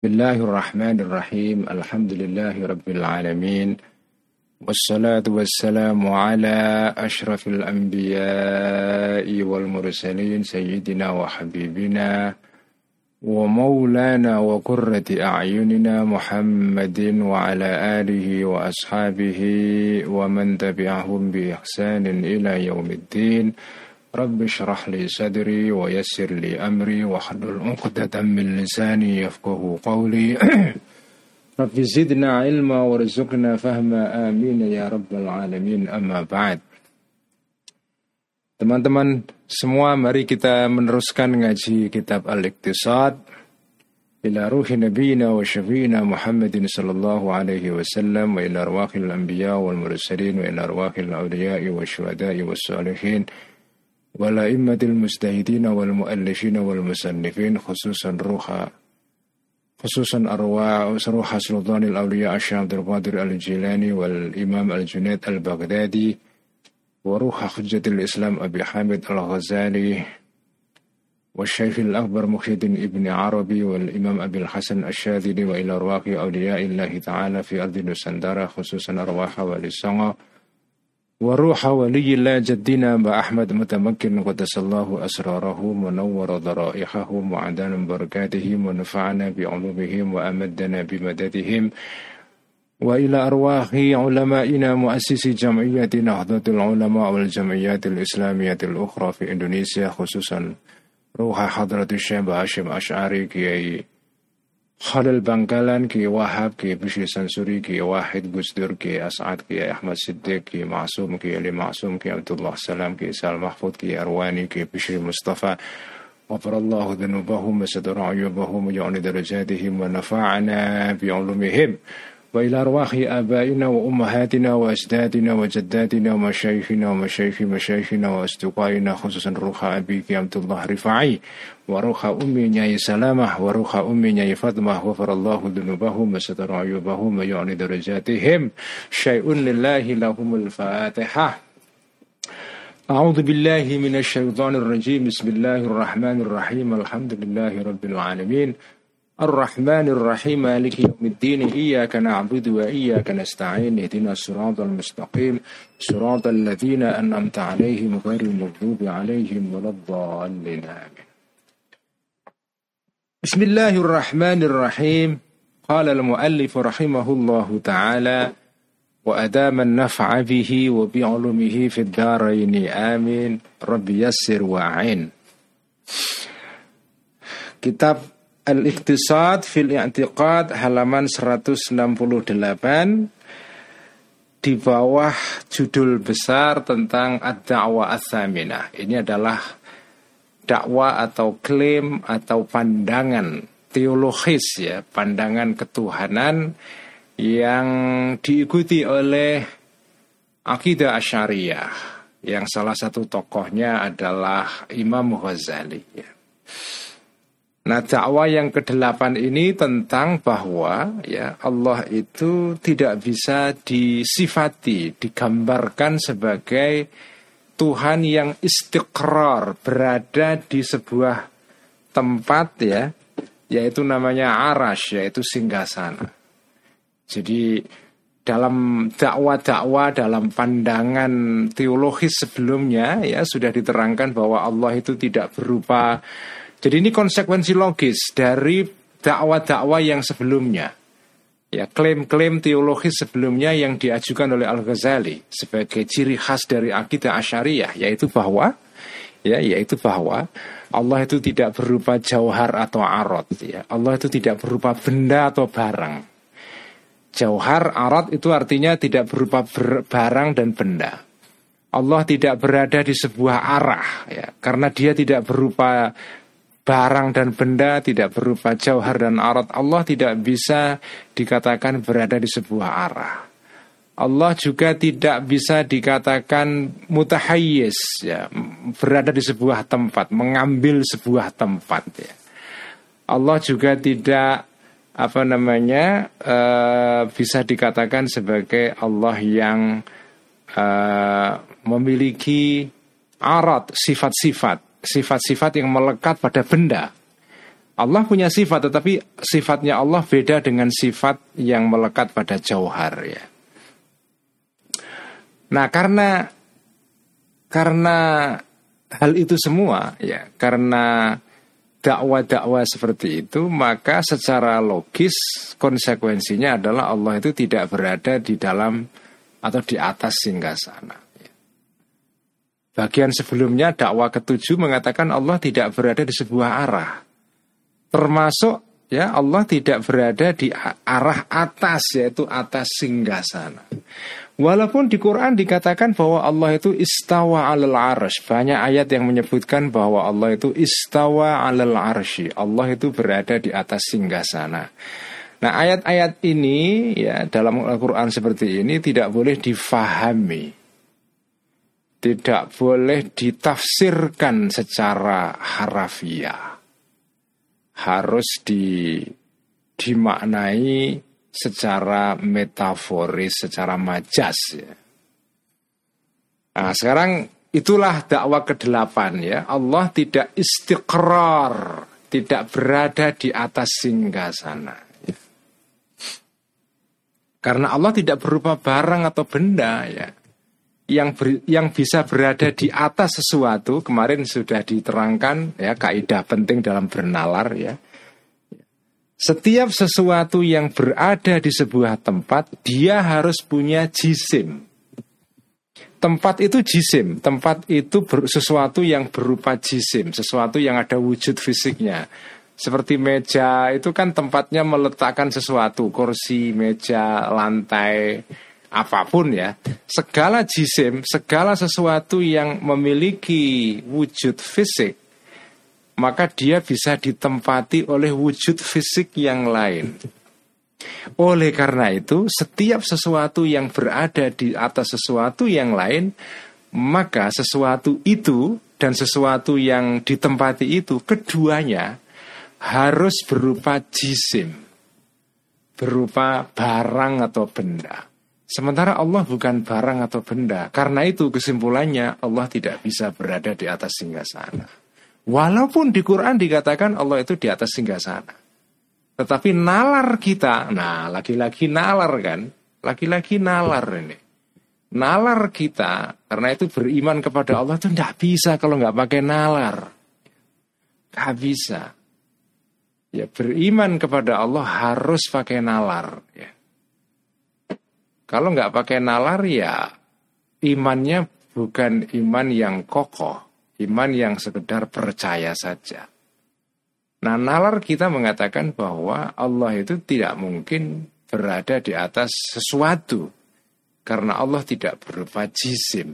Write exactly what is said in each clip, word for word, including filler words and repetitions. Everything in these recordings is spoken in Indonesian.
Bismillahirrahmanirrahim. Alhamdulillahirabbil alamin. Wassalatu wassalamu ala asyrafil anbiya'i wal mursalin sayyidina wa habibina wa maulana wa qurrati a'yunina Muhammadin wa ala alihi wa ashabihi wa man tabi'ahum bi ihsanin ila yaumiddin. Rabbi shrah li sadri wa yassir li amri wa hlul 'uqdatam min lisani yafqahu qawli. Rabbi zidna ilma warzuqna fahma, amin ya rabbal alamin. Amma ba'd. Teman-teman semua, mari kita meneruskan ngaji kitab Al-Iqtisad ila ruhi nabiyina wa syafiina Muhammadin sallallahu alaihi wasallam wa ila arwahil anbiya wal mursalin wa ila arwahil awliya'i wa syuhada'i was salihin والأئمة المجتهدين والمؤلفين والمصنفين خصوصا روح خصوصا أرواح روح سلطان الأولياء الشيخ عبد القادر الجيلاني والإمام الجنيد البغدادي وروح حجة الإسلام أبي حامد الغزالي والشيخ الأكبر محي الدين ابن عربي والإمام أبي الحسن الشاذلي وإلى أرواح أولياء الله تعالى في أرض نسندرة خصوصا أرواح ولي الصنع وروح ولي الله جدنا بأحمد متمكن قدس الله أسرارهم ونور ضرائحهم وعدان بركاتهم ونفعنا بعلومهم وأمدنا بمددهم وإلى أرواح علمائنا مؤسسي جمعية نهضة العلماء والجمعيات الإسلامية الأخرى في إندونيسيا خصوصا روح حضرة الشيخ هاشم أشعري كي Khalil Bangkalan, Ki Wahab, Ki Bishri Sansuri, Ki Wahid Gusdur, Ki As'ad, Ki Ahmad Siddiq, Ki Ma'sum, Ki Ali Ma'sum, Ki Abdullah Salam, Ki Sal Mahfud, Ki Arwani, Ki Bishri Mustafa. غفر الله ذنوبهم وستر عيوبهم وجعل درجاتهم ونفعنا بعلومهم وإلى أرواح آبائنا وأمهاتنا وأجدادنا وجداتنا ومشايخنا ومشايخ مشايخنا وأصدقائنا خصوصا روح أبيك عبد الله رفاعي وروح أمي نياي سلامة وروح أمي نياي فاطمة غفر الله ذنوبهم وستر عيوبهم وجعل درجاتهم شيء لله لهم الفاتحة. أعوذ بالله من الشيطان الرجيم. بسم الله الرحمن الرحيم. الحمد لله رب العالمين الرحمن الرحيم مالك يوم الدين إياك نعبد وإياك نستعين اهدنا الصراط المستقيم صراط الذين أنعمت عليهم غير المغضوب عليهم ولا الضالين. آمين. بسم الله الرحمن الرحيم. قال المؤلف رحمه الله تعالى وأدام النفع به وبعلومه في الدارين آمين رب يسر وأعين. Kitab Al-Iqtisad fil I'tiqad halaman seratus enam puluh delapan di bawah judul besar tentang ad-da'wah ats-tsaminah. Ini adalah dakwah atau klaim atau pandangan teologis ya, pandangan ketuhanan yang diikuti oleh akidah Asy'ariyah yang salah satu tokohnya adalah Imam Ghazali ya. Nah, dakwah yang kedelapan ini tentang bahwa ya Allah itu tidak bisa disifati, digambarkan sebagai Tuhan yang istiqrar, berada di sebuah tempat ya, yaitu namanya Arash, yaitu singgasana. Jadi dalam dakwah-dakwah, dalam pandangan teologis sebelumnya ya sudah diterangkan bahwa Allah itu tidak berupa. Jadi ini konsekuensi logis dari dakwah-dakwah yang sebelumnya. Ya, klaim-klaim teologis sebelumnya yang diajukan oleh Al-Ghazali sebagai ciri khas dari akidah Asy'ariyah, yaitu bahwa ya yaitu bahwa Allah itu tidak berupa jauhar atau arad ya. Allah itu tidak berupa benda atau barang. Jauhar, arad itu artinya tidak berupa ber, barang dan benda. Allah tidak berada di sebuah arah ya, karena dia tidak berupa barang dan benda, tidak berupa jauhar dan arad. Allah tidak bisa dikatakan berada di sebuah arah. Allah juga tidak bisa dikatakan mutahayyiz ya, berada di sebuah tempat, mengambil sebuah tempat ya. Allah juga tidak apa namanya uh, bisa dikatakan sebagai Allah yang uh, memiliki arad, sifat-sifat, sifat-sifat yang melekat pada benda. Allah punya sifat, tetapi sifatnya Allah beda dengan sifat yang melekat pada jauhar ya. Nah, karena karena hal itu semua ya, karena dakwah-dakwah seperti itu, maka secara logis konsekuensinya adalah Allah itu tidak berada di dalam atau di atas singgasana. Bagian sebelumnya dakwah ketujuh mengatakan Allah tidak berada di sebuah arah. Termasuk ya Allah tidak berada di arah atas, yaitu atas singgasana. Walaupun di Quran dikatakan bahwa Allah itu istawa alal arsy. Banyak ayat yang menyebutkan bahwa Allah itu istawa alal arsy. Allah itu berada di atas singgasana. Nah, ayat-ayat ini ya dalam Al-Quran seperti ini tidak boleh difahami, tidak boleh ditafsirkan secara harafiah. Harus di, dimaknai secara metaforis, secara majas ya. Nah, sekarang itulah dakwah kedelapan ya. Allah tidak istiqrar, tidak berada di atas singgasana ya. Karena Allah tidak berupa barang atau benda ya. Yang ber, yang bisa berada di atas sesuatu, kemarin sudah diterangkan ya kaidah penting dalam bernalar ya. Setiap sesuatu yang berada di sebuah tempat, dia harus punya jisim. Tempat itu jisim, tempat itu ber, sesuatu yang berupa jisim, sesuatu yang ada wujud fisiknya. Seperti meja itu kan tempatnya meletakkan sesuatu, kursi, meja, lantai, apapun ya. Segala jisim, segala sesuatu yang memiliki wujud fisik, maka dia bisa ditempati oleh wujud fisik yang lain. Oleh karena itu, setiap sesuatu yang berada di atas sesuatu yang lain, maka sesuatu itu dan sesuatu yang ditempati itu, keduanya harus berupa jisim, berupa barang atau benda. Sementara Allah bukan barang atau benda. Karena itu kesimpulannya Allah tidak bisa berada di atas singgasana. Walaupun di Quran dikatakan Allah itu di atas singgasana. Tetapi nalar kita, nah lagi-lagi nalar kan, lagi-lagi nalar ini. Nalar kita, karena itu beriman kepada Allah itu tidak bisa kalau nggak pakai nalar. Nggak bisa. Ya beriman kepada Allah harus pakai nalar. Ya. Kalau nggak pakai nalar ya imannya bukan iman yang kokoh, iman yang sekedar percaya saja. Nah, nalar kita mengatakan bahwa Allah itu tidak mungkin berada di atas sesuatu karena Allah tidak berupa jisim.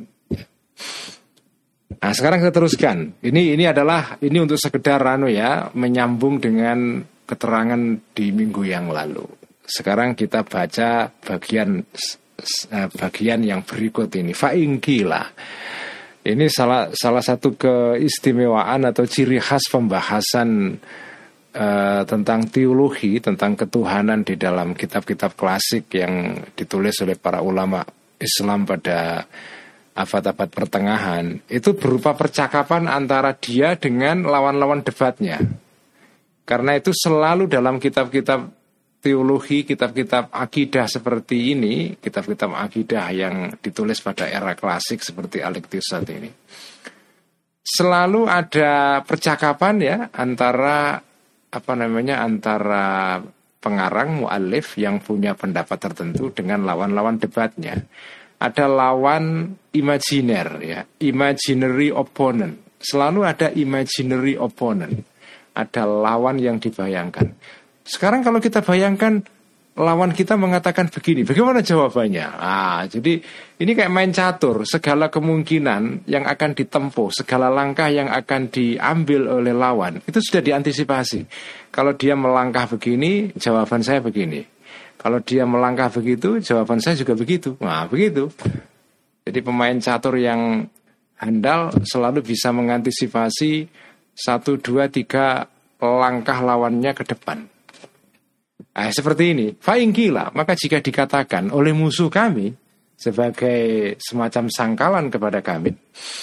Nah, sekarang kita teruskan. Ini ini adalah ini untuk sekedar anu ya, menyambung dengan keterangan di minggu yang lalu. Sekarang kita baca bagian bagian yang berikut ini. Fa'ingkila. Ini salah salah satu keistimewaan atau ciri khas pembahasan uh, tentang teologi, tentang ketuhanan di dalam kitab-kitab klasik yang ditulis oleh para ulama Islam pada abad-abad pertengahan. Itu berupa percakapan antara dia dengan lawan-lawan debatnya. Karena itu selalu dalam kitab-kitab teologi, kitab-kitab akidah seperti ini, kitab-kitab akidah yang ditulis pada era klasik seperti Al-Iqtisad ini, selalu ada percakapan ya antara apa namanya antara pengarang muallif yang punya pendapat tertentu dengan lawan-lawan debatnya. Ada lawan imajiner ya, imaginary opponent. Selalu ada imaginary opponent. Ada lawan yang dibayangkan. Sekarang kalau kita bayangkan lawan kita mengatakan begini, bagaimana jawabannya? Ah, jadi ini kayak main catur, segala kemungkinan yang akan ditempuh, segala langkah yang akan diambil oleh lawan itu sudah diantisipasi. Kalau dia melangkah begini, jawaban saya begini. Kalau dia melangkah begitu, jawaban saya juga begitu. Nah, begitu. Jadi pemain catur yang handal selalu bisa mengantisipasi satu, dua, tiga langkah lawannya ke depan. Nah, seperti ini. Fa'ingkila, maka jika dikatakan oleh musuh kami sebagai semacam sangkalan kepada kami,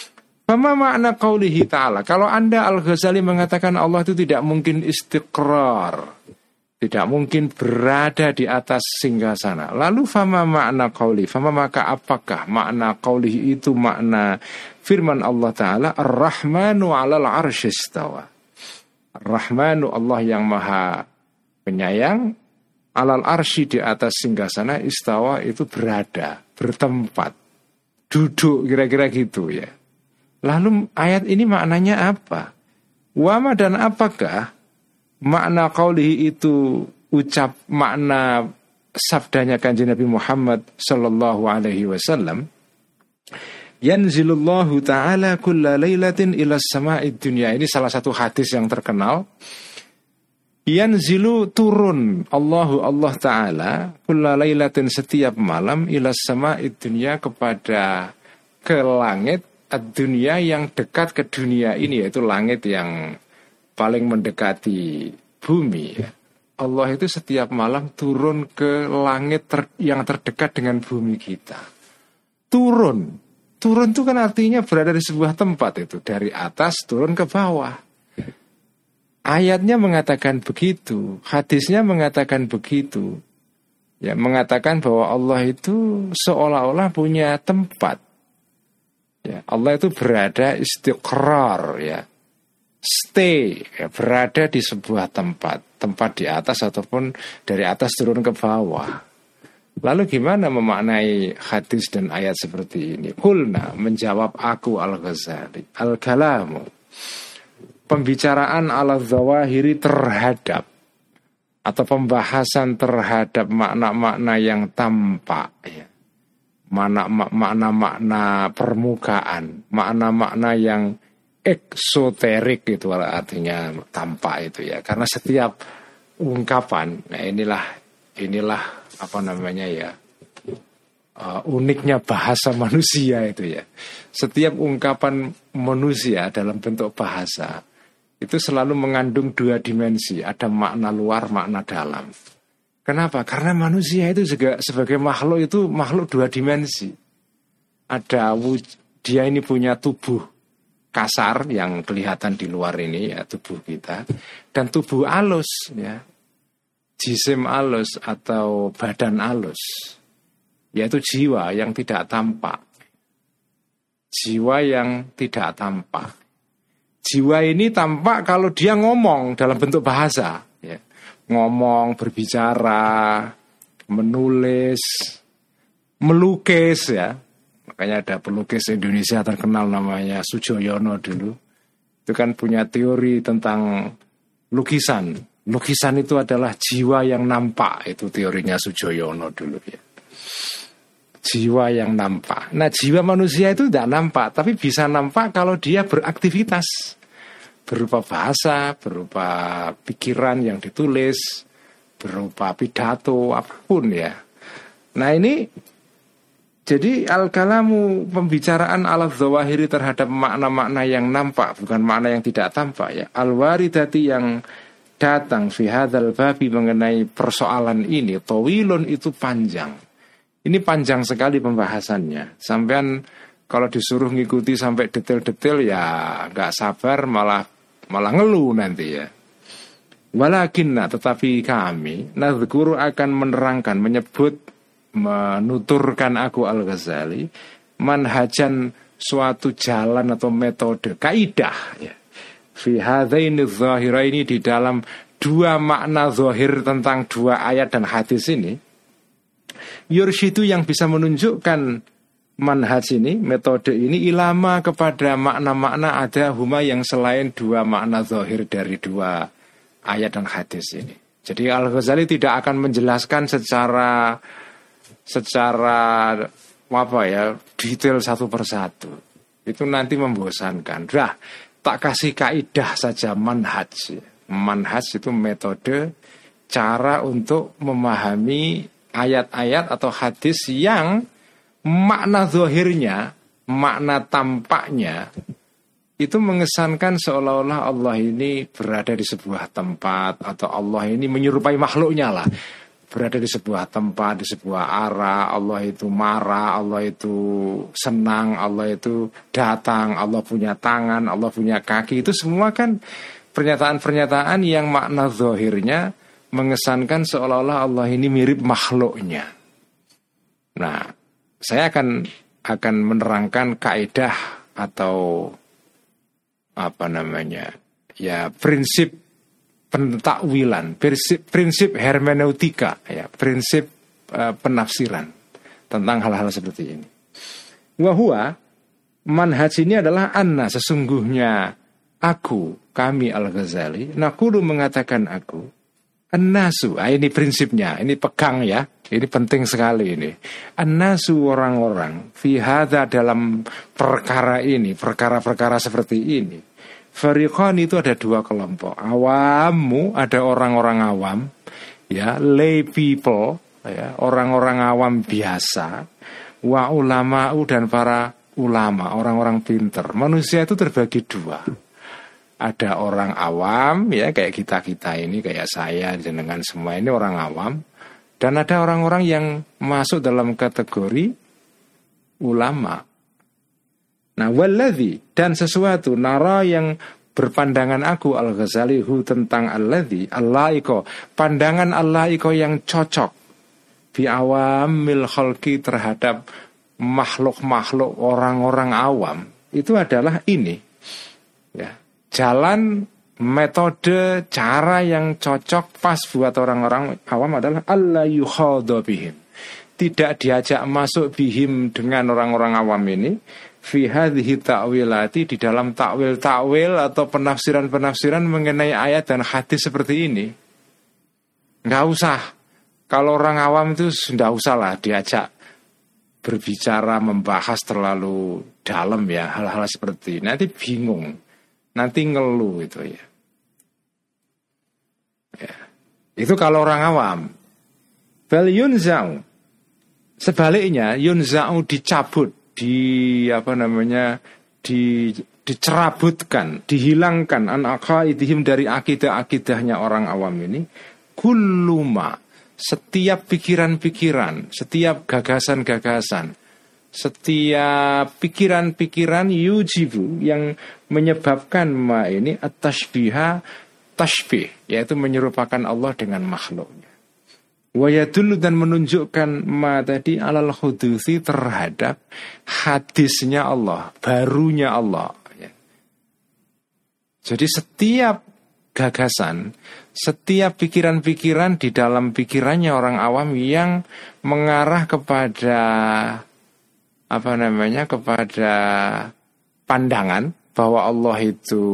Fama makna qaulihi ta'ala. Kalau Anda Al-Ghazali mengatakan Allah itu tidak mungkin istiqrar, tidak mungkin berada di atas singgasana. Lalu fama makna qauli, fama maka apakah makna qaulihi itu makna firman Allah Ta'ala Ar-Rahmanu 'alal 'arsy istawa. Ar-Rahmanu Allah yang maha penyayang, 'alal 'arsy di atas singgasana, istawa itu berada, bertempat, duduk, kira-kira gitu ya. Lalu ayat ini maknanya apa? Wama dan apakah makna qaulihi itu ucap makna sabdanya Kanjeng Nabi Muhammad sallallahu alaihi wasallam, yanzilullahu ta'ala kulla lailatin ila sama'id dunya. Ini salah satu hadis yang terkenal. Yanzilu turun Allahu Allah Ta'ala kulla lailatin setiap malam ila sama'id dunya kepada ke langit dunia yang dekat ke dunia ini, yaitu langit yang paling mendekati bumi. Allah itu setiap malam turun ke langit ter, yang terdekat dengan bumi kita. Turun, turun itu kan artinya berada di sebuah tempat, itu dari atas turun ke bawah. Ayatnya mengatakan begitu, hadisnya mengatakan begitu. Ya, mengatakan bahwa Allah itu seolah-olah punya tempat. Ya, Allah itu berada istiqrar, ya, stay, ya, berada di sebuah tempat, tempat di atas ataupun dari atas turun ke bawah. Lalu gimana memaknai hadis dan ayat seperti ini? Qulna, menjawab aku Al-Ghazali, al-kalamu, pembicaraan ala zawahiri terhadap atau pembahasan terhadap makna-makna yang tampak, ya. Makna-makna permukaan, makna-makna yang eksoterik itu artinya tampak itu ya. Karena setiap ungkapan, nah inilah inilah apa namanya ya, uh, uniknya bahasa manusia itu ya. Setiap ungkapan manusia dalam bentuk bahasa itu selalu mengandung dua dimensi, ada makna luar, makna dalam. Kenapa? Karena manusia itu juga sebagai makhluk itu makhluk dua dimensi. Ada dia ini punya tubuh kasar yang kelihatan di luar ini ya, tubuh kita, dan tubuh alus ya, jisim alus atau badan alus, yaitu jiwa yang tidak tampak. Jiwa yang tidak tampak. Jiwa ini tampak kalau dia ngomong dalam bentuk bahasa ya. Ngomong, berbicara, menulis, melukis ya. Makanya ada pelukis Indonesia terkenal namanya Sujoyono dulu. Itu kan punya teori tentang lukisan. Lukisan itu adalah jiwa yang nampak, itu teorinya Sujoyono dulu ya. Jiwa yang nampak. Nah, jiwa manusia itu tidak nampak, tapi bisa nampak kalau dia beraktivitas. Berupa bahasa, berupa pikiran yang ditulis, berupa pidato, apapun ya. Nah ini, jadi al-kalamu pembicaraan ala zawahiri terhadap makna-makna yang nampak, bukan makna yang tidak tampak ya. Al-waridati yang datang fi hadzal babi mengenai persoalan ini, tawilun itu panjang. Ini panjang sekali pembahasannya. Sampean kalau disuruh ngikuti sampai detail-detail ya nggak sabar, malah malah ngeluh nanti ya. Walakinna, tetapi kami nadzkuru akan menerangkan, menyebut, menuturkan aku Al-Ghazali manhajan suatu jalan atau metode, kaidah ya. Fi hadzaini dzahiraini, di dalam dua makna zahir tentang dua ayat dan hadis ini, yursyidu yang bisa menunjukkan manhaj ini, metode ini, ilama kepada makna-makna ada huma yang selain dua makna zahir dari dua ayat dan hadis ini. Jadi Al-Ghazali tidak akan menjelaskan secara secara apa ya, detail satu persatu. Itu nanti membosankan. Dah, tak kasih kaidah saja manhaj. Manhaj itu metode, cara untuk memahami ayat-ayat atau hadis yang makna zahirnya, makna tampaknya itu mengesankan seolah-olah Allah ini berada di sebuah tempat, atau Allah ini menyerupai makhluknya lah. berada di sebuah tempat, di sebuah arah, Allah itu marah, Allah itu senang, Allah itu datang, Allah punya tangan, Allah punya kaki. Itu semua kan pernyataan-pernyataan yang makna zahirnya mengesankan seolah-olah Allah ini mirip makhluknya. Nah, saya akan akan menerangkan kaidah atau apa namanya, ya prinsip pentakwilan, prinsip, prinsip hermeneutika, ya, prinsip uh, penafsiran tentang hal-hal seperti ini. Wahua manhaj ini adalah anna, sesungguhnya aku, kami Al-Ghazali, naqulu mengatakan aku, annasu, ah, ini prinsipnya, ini pegang ya, ini penting sekali ini. Annasu, orang-orang, fi hadza, dalam perkara ini, perkara-perkara seperti ini. Fariqan, itu ada dua kelompok. Awamu, ada orang-orang awam, ya, lay people, ya, orang-orang awam biasa. Wa ulama'u, dan para ulama, orang-orang pinter. Manusia itu terbagi dua. Ada orang awam, ya, kayak kita-kita ini, kayak saya, dengan semua ini orang awam. Dan ada orang-orang yang masuk dalam kategori ulama. Nah, walladzi, dan sesuatu, nara, yang berpandangan aku Al-Ghazali hu tentang alladzi, allaiko, pandangan allaiko yang cocok bi awamil khalqi, terhadap makhluk-makhluk orang-orang awam, itu adalah ini, ya, jalan, metode, cara yang cocok pas buat orang-orang awam adalah alla yukhadha bihim, tidak diajak masuk bihim, dengan orang-orang awam ini, fi hadhihi ta'wilati, di dalam takwil-takwil atau penafsiran-penafsiran mengenai ayat dan hadis seperti ini. Enggak usah. Kalau orang awam itu enggak usah lah diajak berbicara, membahas terlalu dalam ya hal-hal seperti ini. Nanti bingung, nanti ngeluh itu ya. Ya. Itu kalau orang awam. Bal yunza'u, sebaliknya yunza'u, dicabut, di apa namanya, di dicerabutkan, dihilangkan an aqaidihim, dari akidah-akidahnya orang awam ini, kulluma, setiap pikiran-pikiran, setiap gagasan-gagasan, setiap pikiran-pikiran yujibu, yang menyebabkan ma ini at-tashbiha, tashbih, yaitu menyerupakan Allah dengan makhluknya. Wa yadullu, dan menunjukkan ma tadi alal khudusi, terhadap hadisnya Allah, barunya Allah. Jadi setiap gagasan, setiap pikiran-pikiran di dalam pikirannya orang awam yang mengarah kepada apa namanya, kepada pandangan bahwa Allah itu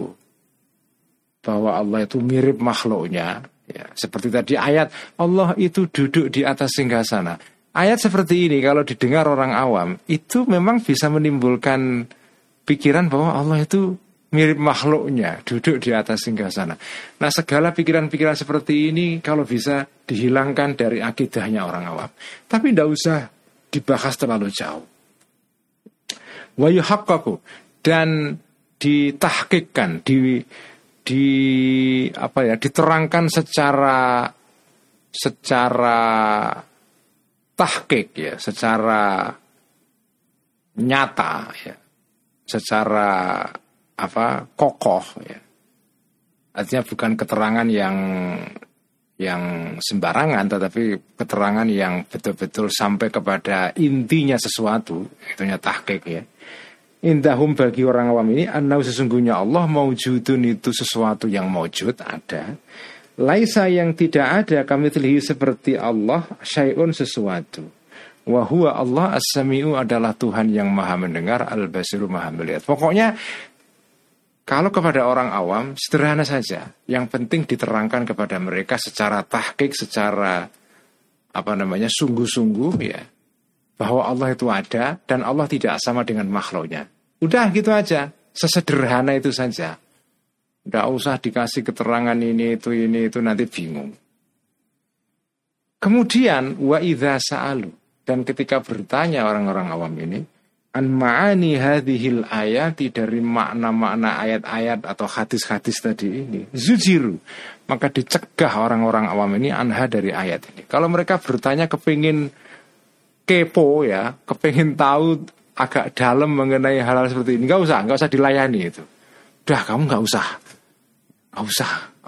bahwa Allah itu mirip makhluknya. Ya, seperti tadi ayat Allah itu duduk di atas singgasana. Ayat seperti ini kalau didengar orang awam itu memang bisa menimbulkan pikiran bahwa Allah itu mirip makhluknya, duduk di atas singgasana. Nah, segala pikiran-pikiran seperti ini kalau bisa dihilangkan dari akidahnya orang awam. Tapi tidak usah dibahas terlalu jauh. Wa yuhaqqaqu, dan ditahqiqkan, di di apa ya, diterangkan secara secara tahqiq ya, secara nyata ya, secara apa, kokoh ya. Artinya bukan keterangan yang yang sembarangan, tetapi keterangan yang betul-betul sampai kepada intinya sesuatu, itunya tahqiq ya. Indahum, bagi orang awam ini, annau, sesungguhnya Allah maujudun, itu sesuatu yang maujud, ada. Laisa, yang tidak ada, kamitslihi, seperti Allah, syai'un, sesuatu. Wa huwa Allah as-sami'u, adalah Tuhan yang maha mendengar, al-basiru, maha melihat. Pokoknya kalau kepada orang awam sederhana saja, yang penting diterangkan kepada mereka secara tahqiq, secara apa namanya, sungguh-sungguh ya, bahwa Allah itu ada dan Allah tidak sama dengan makhluknya. Udah gitu aja, sesederhana itu saja. Tidak usah dikasih keterangan ini itu ini itu, nanti bingung. Kemudian wa idza sa'alu, dan ketika bertanya orang-orang awam ini, an ma'ani hadhil ayati, dari makna-makna ayat-ayat atau hadis-hadis tadi ini, zujiru, maka dicegah orang-orang awam ini anha dari ayat ini. Kalau mereka bertanya kepingin kepo ya, kepingin tahu agak dalam mengenai hal-hal seperti ini, nggak usah, nggak usah dilayani itu. Udah, kamu nggak usah, nggak usah,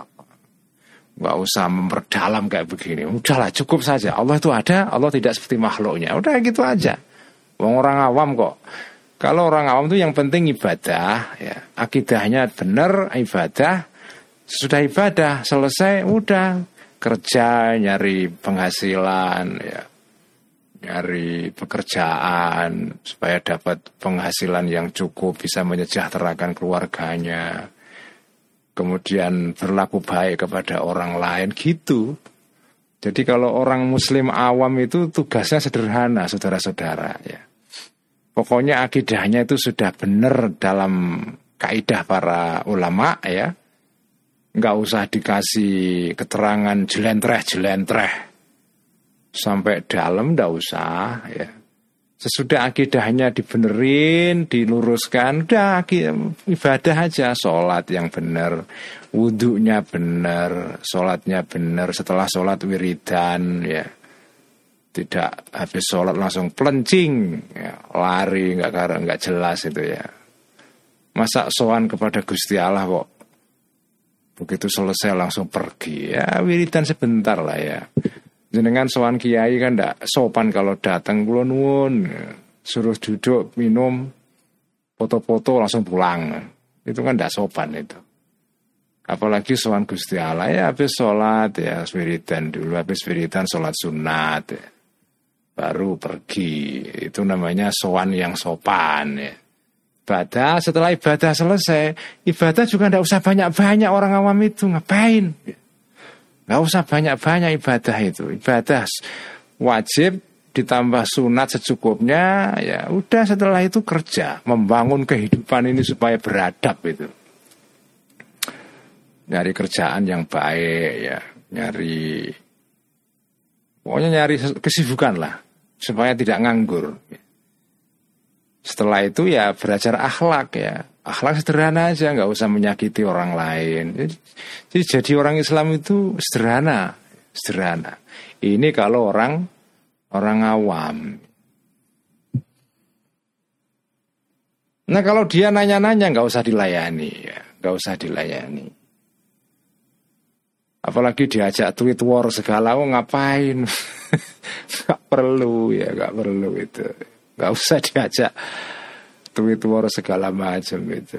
nggak usah memperdalam kayak begini. Udahlah, cukup saja. Allah itu ada, Allah tidak seperti makhluknya. Udah gitu aja. Wong orang awam kok. Kalau orang awam itu yang penting ibadah, ya, akidahnya benar, ibadah, sudah ibadah selesai, udah kerja nyari penghasilan, ya, nyari pekerjaan supaya dapat penghasilan yang cukup, bisa menyejahterakan keluarganya, kemudian berlaku baik kepada orang lain gitu. Jadi kalau orang muslim awam itu tugasnya sederhana, saudara-saudara, ya. Pokoknya akidahnya itu sudah benar dalam kaidah para ulama, ya. Nggak usah dikasih keterangan jelentreh-jelentreh sampai dalam, nggak usah, ya. Sesudah akidahnya dibenerin, diluruskan, udah ibadah aja, sholat yang benar, wudunya benar, sholatnya benar, setelah sholat wiridan, ya. Tidak habis sholat langsung pelencing, ya, lari, nggak karena nggak jelas itu ya. Masa sowan kepada Gusti Allah kok begitu selesai langsung pergi, ya wiridan sebentar lah ya. Jenengan sowan kiai kan ndak sopan kalau datang, kula nuwun, suruh duduk minum, foto-foto langsung pulang, itu kan ndak sopan itu. Apalagi sowan Gusti Allah, ya habis sholat ya wiridan dulu, habis wiridan sholat sunat, ya, baru pergi. Itu namanya sowan yang sopan, ya. Ibadah, setelah ibadah selesai, ibadah juga ndak usah banyak-banyak, orang awam itu ngapain? Nggak usah banyak-banyak ibadah itu. Ibadah wajib ditambah sunat secukupnya, ya udah, setelah itu kerja, membangun kehidupan ini supaya beradab itu. Nyari kerjaan yang baik, ya, nyari, pokoknya nyari kesibukan lah supaya tidak nganggur. Setelah itu ya belajar akhlak, ya. Akhlak sederhana aja, nggak usah menyakiti orang lain. Jadi, jadi jadi orang Islam itu sederhana, sederhana. Ini kalau orang orang awam. Nah kalau dia nanya-nanya nggak usah dilayani, ya, nggak usah dilayani. Apalagi diajak tweet war segala, oh ngapain? Nggak perlu, ya, nggak perlu itu. Nggak usah diajak tweet war segala macam itu.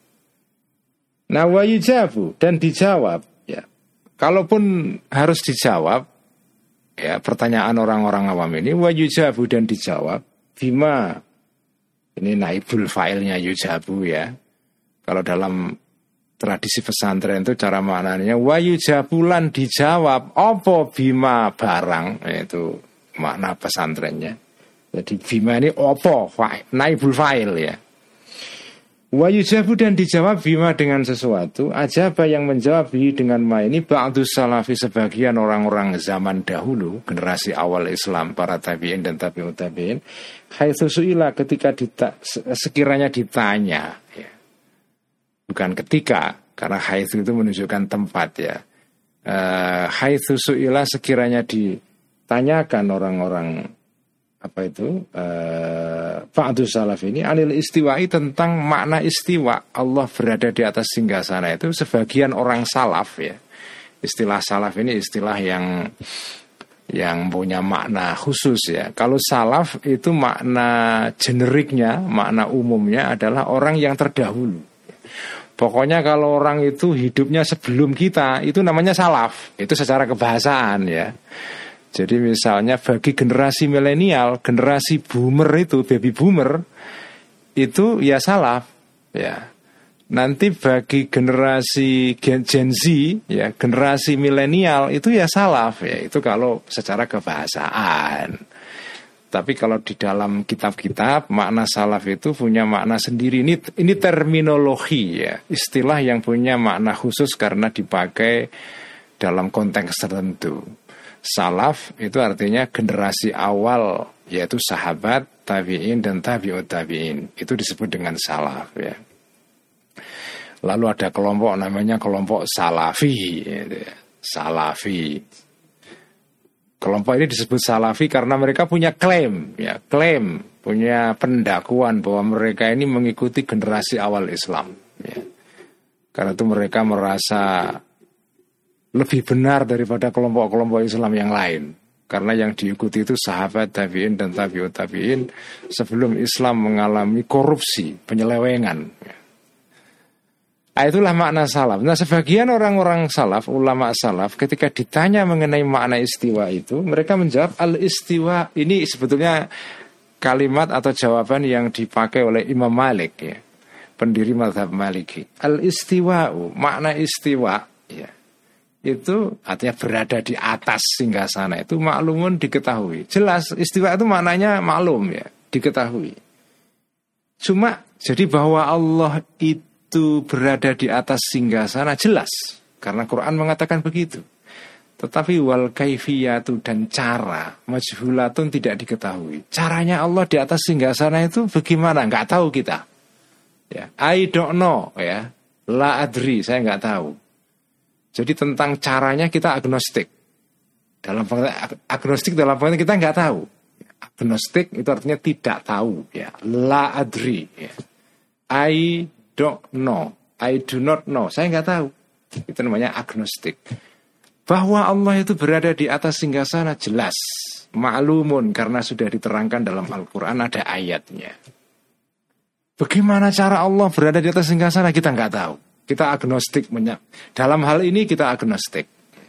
Nah wayujabu, dan dijawab, ya. Kalaupun harus dijawab, ya, pertanyaan orang-orang awam ini, wayujabu, dan dijawab bima, ini naibul fa'ilnya yujabu, ya. Kalau dalam tradisi pesantren itu cara maknanya wayujabulan, dijawab opo bima barang, itu makna pesantrennya. Jadi bima ini opo, naibul fa'il, ya. Wayujabu, dan dijawab bima dengan sesuatu, ajaba yang menjawab bi dengan ma ini ba'dus salafi, sebagian orang-orang zaman dahulu, generasi awal Islam, para tabi'in dan tabi'ut tabi'in, haitsu su'ila, ketika dita, sekiranya ditanya, ya. Bukan ketika, karena haitsu itu menunjukkan tempat, ya. Uh, haitsu su'ila, sekiranya ditanyakan orang-orang apa itu Fa'dus salaf ini anil istiwa'i, tentang makna istiwa, Allah berada di atas singgasana itu, sebagian orang salaf, ya. Istilah salaf ini istilah yang yang punya makna khusus, ya. Kalau salaf itu makna generiknya, makna umumnya adalah orang yang terdahulu. Pokoknya kalau orang itu hidupnya sebelum kita, itu namanya salaf. Itu secara kebahasaan, ya. Jadi misalnya bagi generasi milenial, generasi boomer itu, baby boomer, itu ya salaf, ya. Nanti bagi generasi Gen Z, ya, generasi milenial itu ya salaf, ya. Itu kalau secara kebahasaan. Tapi kalau di dalam kitab-kitab, makna salaf itu punya makna sendiri. Ini, ini terminologi, ya, istilah yang punya makna khusus karena dipakai dalam konteks tertentu. salaf itu artinya generasi awal, yaitu sahabat, tabi'in dan tabi'ut tabi'in. Itu disebut dengan salaf ya. Lalu ada kelompok namanya kelompok salafi gitu ya. Salafi. Kelompok ini disebut salafi karena mereka punya klaim ya, klaim, punya pendakuan bahwa mereka ini mengikuti generasi awal Islam ya. Karena itu mereka merasa lebih benar daripada kelompok-kelompok Islam yang lain. Karena yang diikuti itu sahabat, tabi'in dan tabi'ut tabi'in sebelum Islam mengalami korupsi, penyelewengan. Nah, itulah makna salaf. Nah, sebagian orang-orang salaf, ulama salaf, ketika ditanya mengenai makna istiwa itu, mereka menjawab al-istiwa. Ini sebetulnya kalimat atau jawaban yang dipakai oleh Imam Malik ya, pendiri mazhab Maliki. Al-istiwa'u, makna istiwa ya, itu artinya berada di atas singgasana, itu maklumun, diketahui. Jelas istiwa itu maknanya maklum ya, diketahui. Cuma jadi bahwa Allah itu berada di atas singgasana jelas, karena Quran mengatakan begitu. Tetapi wal kaifiyatu, dan cara majhulatun, tidak diketahui. Caranya Allah di atas singgasana itu bagaimana? Enggak tahu kita. Ya, I don't know ya. La adri, saya enggak tahu. Jadi tentang caranya kita agnostik. Dalam agnostik dalam pengertian kita nggak tahu. Agnostik itu artinya tidak tahu ya. La adri ya. I don't know. I do not know. Saya nggak tahu. Itu namanya agnostik. Bahwa Allah itu berada di atas singgasana jelas. Ma'lumun, karena sudah diterangkan dalam Al-Quran, ada ayatnya. Bagaimana cara Allah berada di atas singgasana kita nggak tahu. Kita agnostik, dalam hal ini kita agnostik.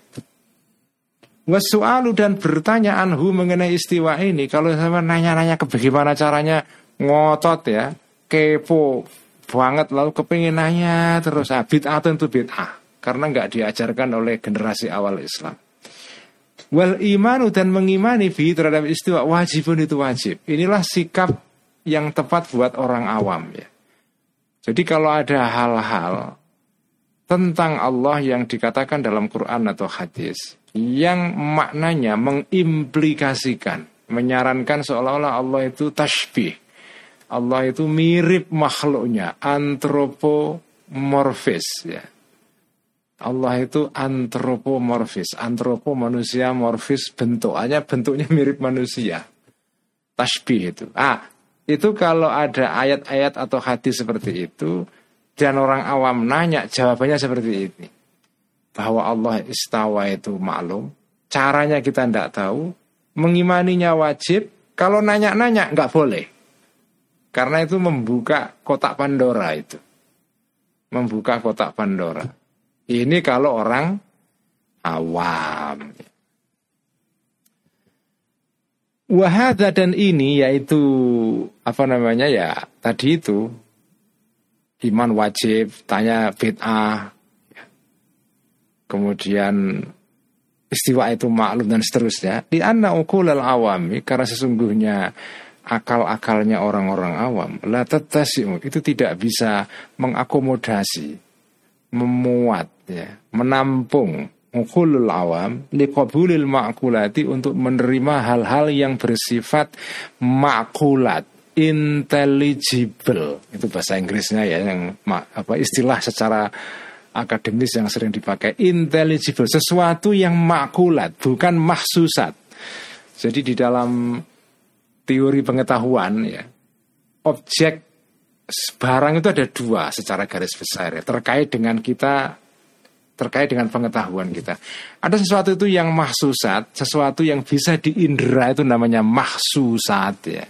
Wasu'alu, dan bertanya anhu mengenai istiwa ini. Kalau sama nanya-nanya ke bagaimana caranya, ngotot ya, kepo banget, lalu kepingin nanya terus, ah, bid'ah tentu bid'ah, karena nggak diajarkan oleh generasi awal Islam. Wal imanu, dan mengimani bi terhadap istiwa, wajibun, itu wajib. Inilah sikap yang tepat buat orang awam ya. Jadi kalau ada hal-hal tentang Allah yang dikatakan dalam Quran atau hadis yang maknanya mengimplikasikan, menyarankan seolah-olah Allah itu tashbih, Allah itu mirip makhluknya, antropomorfis ya. Allah itu antropomorfis, antropo manusia, morfis bentuknya, bentuknya mirip manusia, tashbih itu. Ah, itu kalau ada ayat-ayat atau hadis seperti itu dan orang awam nanya, jawabannya seperti ini. Bahwa Allah istawa itu maklum, caranya kita tidak tahu, mengimaninya wajib, kalau nanya-nanya nggak boleh. Karena itu membuka kotak Pandora itu. Membuka kotak Pandora. Ini kalau orang awam. Wahada, dan ini yaitu apa namanya ya, tadi itu iman wajib, tanya bid'ah, kemudian istiwa itu maklum dan seterusnya. Di anna uqulal awami, karena sesungguhnya akal-akalnya orang-orang awam, la tattasi'u, itu tidak bisa mengakomodasi, memuat ya, menampung uqulul awam liqabulil ma'kulati, untuk menerima hal-hal yang bersifat ma'kulat, intelligible, itu bahasa Inggrisnya ya, yang apa istilah secara akademis yang sering dipakai, intelligible, sesuatu yang makulat, bukan mahsusat. Jadi di dalam teori pengetahuan ya, objek barang itu ada dua secara garis besar ya, terkait dengan kita, terkait dengan pengetahuan kita. Ada sesuatu itu yang mahsusat, sesuatu yang bisa diindera, itu namanya mahsusat ya.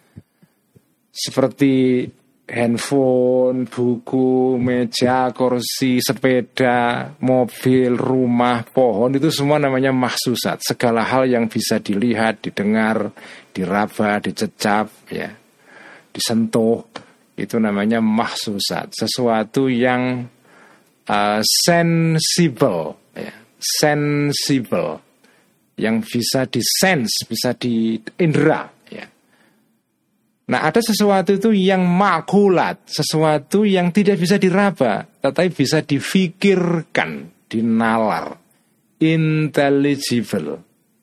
Seperti handphone, buku, meja, kursi, sepeda, mobil, rumah, pohon, itu semua namanya mahsusat. Segala hal yang bisa dilihat, didengar, diraba, dicecap, ya, disentuh, itu namanya mahsusat. Sesuatu yang uh, sensible, ya, sensible, yang bisa disense, bisa diindera. Nah, ada sesuatu itu yang makulat, sesuatu yang tidak bisa diraba, tetapi bisa difikirkan, dinalar, intelligible.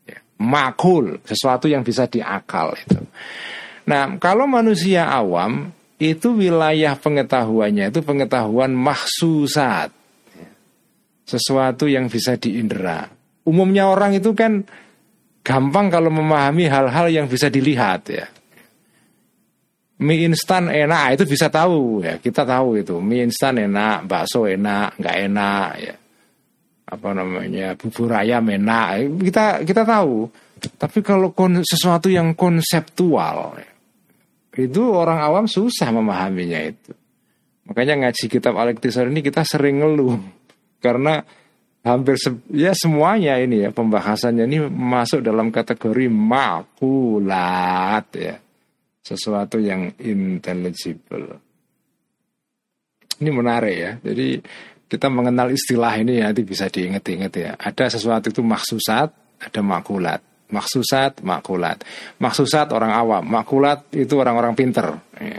makul, sesuatu yang bisa diakal itu. Nah, kalau manusia awam itu wilayah pengetahuannya itu pengetahuan mahsusat, sesuatu yang bisa diindera. Umumnya orang itu kan gampang kalau memahami hal-hal yang bisa dilihat ya. Mie instan enak, itu bisa tahu ya, kita tahu itu mie instan enak, bakso enak, nggak enak ya. Apa namanya, bubur ayam enak, kita kita tahu. Tapi kalau kon, sesuatu yang konseptual, itu orang awam susah memahaminya itu. Makanya ngaji kitab Al-Iqtisad ini kita sering ngeluh karena hampir se, ya semuanya ini ya pembahasannya ini masuk dalam kategori makulat ya, sesuatu yang intelligible. Ini menarik ya. Jadi kita mengenal istilah ini ya, nanti bisa diingat-ingat ya. Ada sesuatu itu maksusat, ada makulat. Maksusat, makulat. Maksusat orang awam, makulat itu orang-orang pinter. Ya.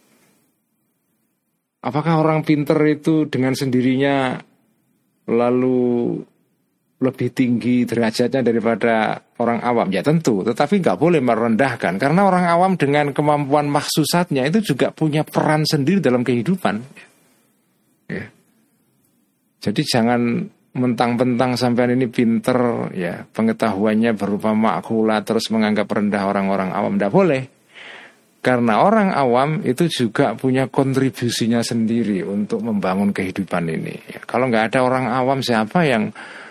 Apakah orang pinter itu dengan sendirinya lalu lebih tinggi derajatnya daripada orang awam? Ya tentu, tetapi nggak boleh merendahkan. Karena orang awam dengan kemampuan maksusatnya itu juga punya peran sendiri dalam kehidupan. Ya. Jadi jangan mentang-mentang sampean ini pinter ya, pengetahuannya berupa makulat terus menganggap rendah orang-orang awam. Tidak boleh. Karena orang awam itu juga punya kontribusinya sendiri untuk membangun kehidupan ini ya. Kalau nggak ada orang awam, siapa yang,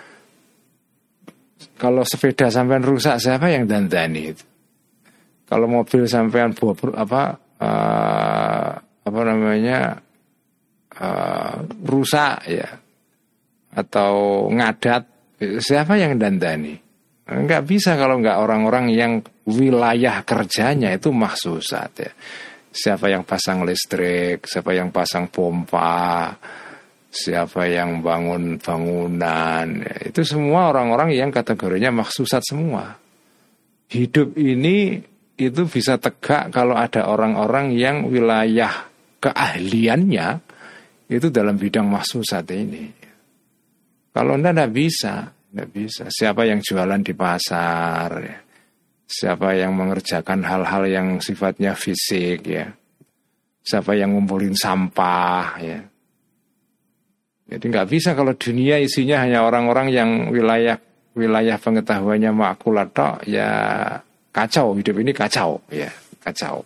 kalau sepeda sampean rusak, siapa yang dandani itu? Kalau mobil sampean bobor apa uh, apa namanya uh, rusak ya, atau ngadat, siapa yang dandani? Enggak bisa kalau enggak orang-orang yang wilayah kerjanya itu mahsusat ya. Siapa yang pasang listrik, siapa yang pasang pompa, siapa yang bangun bangunan ya. Itu semua orang-orang yang kategorinya mahsusat semua. Hidup ini itu bisa tegak kalau ada orang-orang yang wilayah keahliannya itu dalam bidang mahsusat ini. Kalau enggak, enggak bisa, enggak bisa. Siapa yang jualan di pasar ya. Siapa yang mengerjakan hal-hal yang sifatnya fisik ya. Siapa yang ngumpulin sampah ya. Jadi nggak bisa kalau dunia isinya hanya orang-orang yang wilayah wilayah pengetahuannya makulat tok, ya kacau, hidup ini kacau ya, kacau.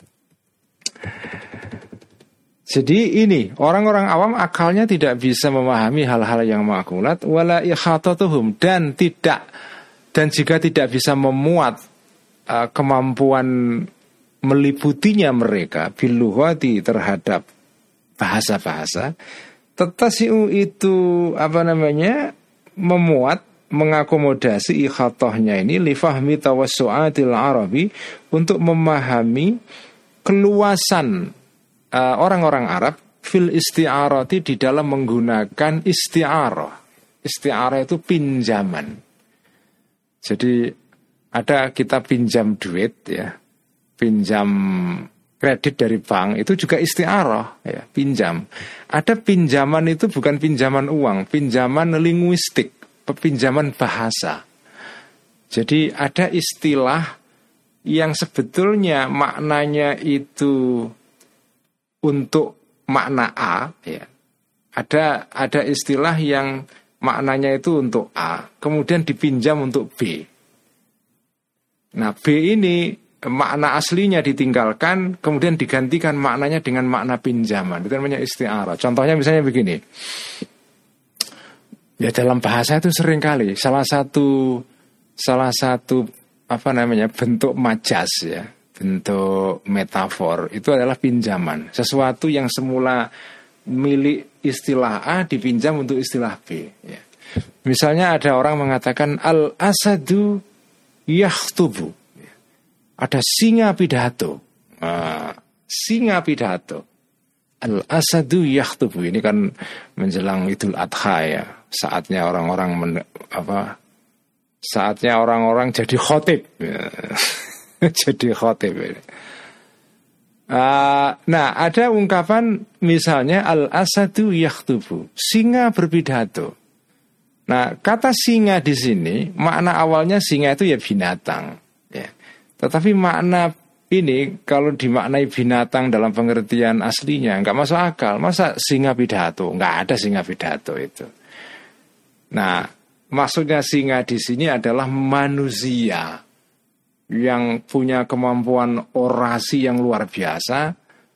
Jadi ini orang-orang awam akalnya tidak bisa memahami hal-hal yang makulat, wala ikhatatuhum, dan tidak dan jika tidak bisa memuat uh, kemampuan meliputinya mereka bilughati terhadap bahasa-bahasa, tetasiu itu apa namanya memuat mengakomodasi ikhatohnya ini lifahmi tawassu'atil arabi, untuk memahami keluasan uh, orang-orang Arab fil isti'arati, di dalam menggunakan isti'arah. Isti'arah itu pinjaman. Jadi ada kita pinjam duit ya, pinjam kredit dari bank, itu juga isti'arah ya, pinjam. Ada pinjaman itu bukan pinjaman uang, pinjaman linguistik, pinjaman bahasa. Jadi ada istilah yang sebetulnya maknanya itu untuk makna A ya. Ada ada istilah yang maknanya itu untuk A, kemudian dipinjam untuk B. Nah, B ini makna aslinya ditinggalkan, kemudian digantikan maknanya dengan makna pinjaman. Itu namanya isti'arah. Contohnya misalnya begini. Ya dalam bahasa itu sering kali salah satu salah satu apa namanya bentuk majas ya, bentuk metafor itu adalah pinjaman. Sesuatu yang semula milik istilah A dipinjam untuk istilah B ya. Misalnya ada orang mengatakan al-asadu yakhtubu, ada singa pidato. Nah, singa pidato. Al-asadu yakhtubu, ini kan menjelang Idul Adha ya. Saatnya orang-orang men, apa? Saatnya orang-orang jadi khotib. Ya. Jadi khotib. Ya. Uh, nah, ada ungkapan misalnya al-asadu yakhtubu, singa berpidato. Nah, kata singa di sini makna awalnya singa itu ya binatang, ya. Tetapi makna ini kalau dimaknai binatang dalam pengertian aslinya nggak masuk akal. Masa singa pidato? Nggak ada singa pidato itu. Nah, maksudnya singa di sini adalah manusia yang punya kemampuan orasi yang luar biasa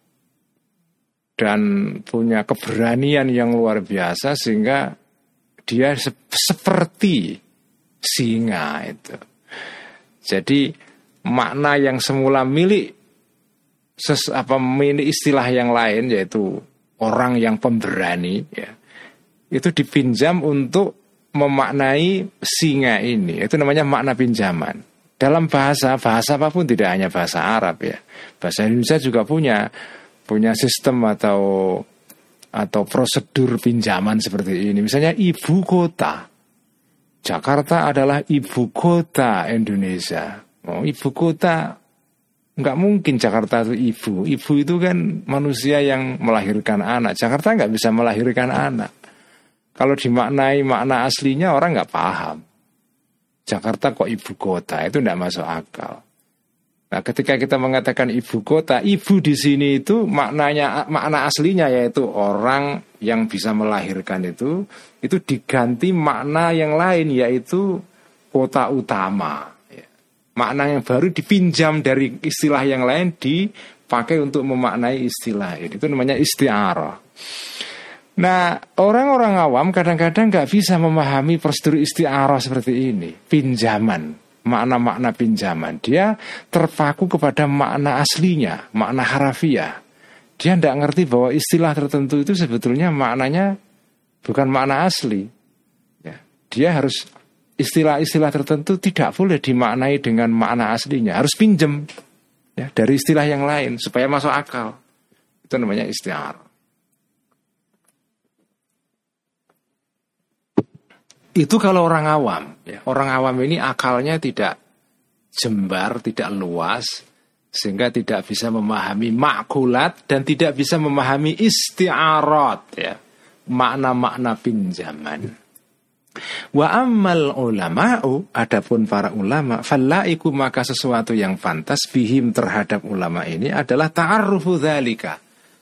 dan punya keberanian yang luar biasa sehingga dia se- seperti singa itu. Jadi makna yang semula milik ses, apa milik istilah yang lain yaitu orang yang pemberani ya, itu dipinjam untuk memaknai singa ini. Itu namanya makna pinjaman. Dalam bahasa bahasa apapun, tidak hanya bahasa Arab ya. Bahasa Indonesia juga punya punya sistem atau atau prosedur pinjaman seperti ini. Misalnya ibu kota. Jakarta adalah ibu kota Indonesia. Oh, ibu kota, nggak mungkin Jakarta itu ibu. Ibu itu kan manusia yang melahirkan anak. Jakarta nggak bisa melahirkan anak. Kalau dimaknai makna aslinya orang nggak paham. Jakarta kok ibu kota, itu nggak masuk akal. Nah, ketika kita mengatakan ibu kota, ibu di sini itu maknanya, makna aslinya yaitu orang yang bisa melahirkan itu, itu diganti makna yang lain yaitu kota utama. Makna yang baru dipinjam dari istilah yang lain dipakai untuk memaknai istilah ini. Itu namanya isti'arah. Nah, orang-orang awam kadang-kadang nggak bisa memahami prosedur isti'arah seperti ini, pinjaman. Makna-makna pinjaman, dia terpaku kepada makna aslinya, makna harafiah. Dia tidak ngerti bahwa istilah tertentu itu sebetulnya maknanya bukan makna asli ya. Dia harus istilah-istilah tertentu tidak boleh dimaknai dengan makna aslinya, harus pinjem ya, dari istilah yang lain supaya masuk akal. Itu namanya isti'arah. Itu kalau orang awam ya. Orang awam ini akalnya tidak jembar, tidak luas, sehingga tidak bisa memahami makulat dan tidak bisa memahami isti'arat ya, makna-makna pinjaman. Wa ammal ulama'u, adapun para ulama, fallaiku, maka sesuatu yang pantas bihim terhadap ulama ini adalah ta'arrufu dzalika,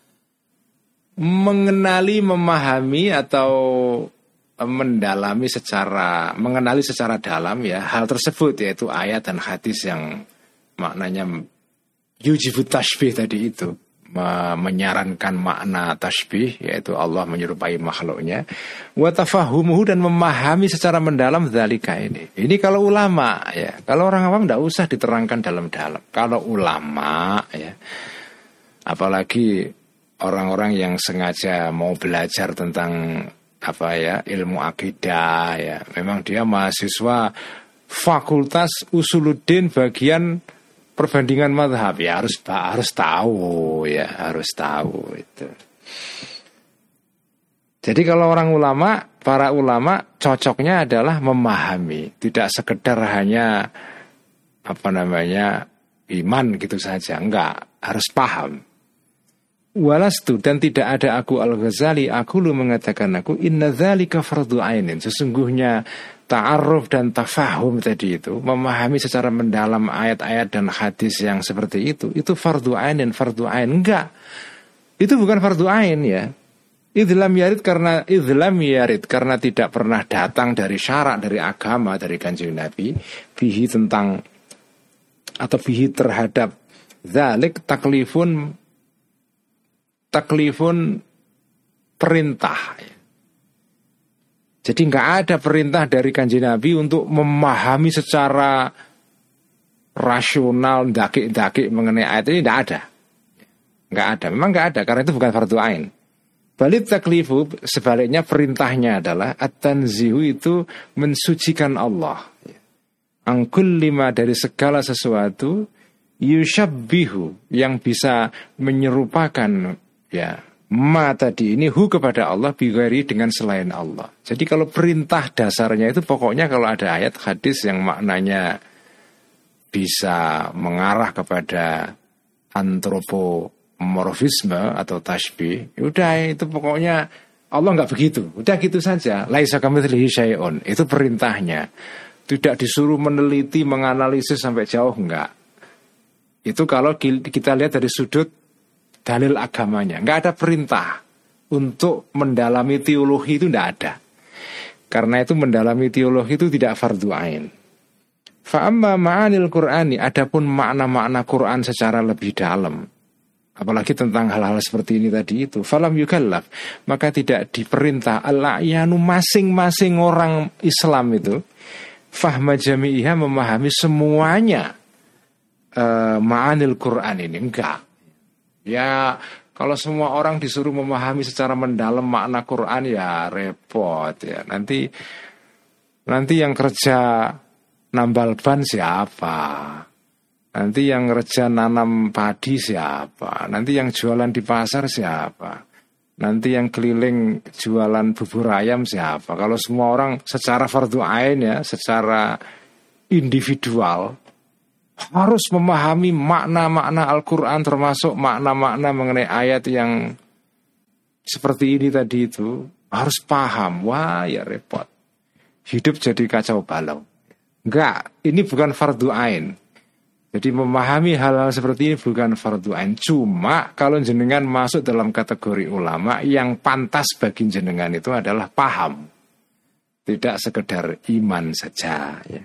mengenali, memahami atau mendalami secara, mengenali secara dalam ya hal tersebut, yaitu ayat dan hadis yang maknanya yujibut tashbih tadi itu, menyarankan makna tashbih, yaitu Allah menyerupai makhluknya, wa tafahumuhu, dan memahami secara mendalam dzalika ini. Ini kalau ulama ya. Kalau orang awam tidak usah diterangkan dalam-dalam. Kalau ulama ya, apalagi orang-orang yang sengaja mau belajar tentang apa ya, ilmu akidah ya, memang dia mahasiswa Fakultas Usuluddin bagian perbandingan mazhab ya, harus harus tahu ya, harus tahu itu. Jadi kalau orang ulama, para ulama cocoknya adalah memahami, tidak sekedar hanya apa namanya iman gitu saja, enggak, harus paham. Walastu, dan tidak ada aku Al-Ghazali, aku lu mengatakan aku inna dzalika fardhu ainin, sesungguhnya ta'aruf dan tafahum tadi itu, memahami secara mendalam ayat-ayat dan hadis yang seperti itu, itu fardhu ainin, fardhu ain, enggak, itu bukan fardhu ain ya. Idlam yarid, karena idlam yarid karena tidak pernah datang dari syarak, dari agama, dari Kanjeng Nabi, bihi tentang atau bihi terhadap dzalik taklifun, taklifun perintah. Jadi nggak ada perintah dari Kanjeng Nabi untuk memahami secara rasional, dakik-dakik mengenai ayat ini, nggak ada, nggak ada. Memang nggak ada, karena itu bukan fardhu ain. Balik taklifu, sebaliknya perintahnya adalah at-tanzihu, itu mensucikan Allah. Angkul lima, dari segala sesuatu, yushabbihu, yang bisa menyerupakan ya ma tadi ini hu kepada Allah, bighairi, dengan selain Allah. Jadi kalau perintah dasarnya itu pokoknya kalau ada ayat hadis yang maknanya bisa mengarah kepada antropomorfisme atau tasbih, udah itu pokoknya Allah nggak begitu, udah gitu saja. Laisa kamitslihi syai'un, itu perintahnya. Tidak disuruh meneliti, menganalisis sampai jauh, enggak. Itu kalau kita lihat dari sudut dalil agamanya, nggak ada perintah untuk mendalami teologi, itu nggak ada. Karena itu mendalami teologi itu tidak fardhu ain. Fa amma ma'anil Qur'ani, adapun makna-makna Quran secara lebih dalam, apalagi tentang hal-hal seperti ini tadi itu, falam yukallaf, maka tidak diperintah al-a'yanu, masing-masing orang Islam itu fahma jami'iha, memahami semuanya uh, ma'anil Quran ini, enggak. Ya kalau semua orang disuruh memahami secara mendalam makna Quran, ya repot ya. Nanti nanti yang kerja nambal ban siapa? Nanti yang kerja nanam padi siapa? Nanti yang jualan di pasar siapa? Nanti yang keliling jualan bubur ayam siapa? Kalau semua orang secara fardhu ain ya, secara individual harus memahami makna-makna Al-Quran, termasuk makna-makna mengenai ayat yang seperti ini tadi itu, harus paham. Wah ya repot, hidup jadi kacau balau. Enggak, ini bukan fardhu ain. Jadi memahami hal-hal seperti ini bukan fardhu ain. Cuma kalau jenengan masuk dalam kategori ulama, yang pantas bagi jenengan itu adalah paham, tidak sekedar iman saja ya.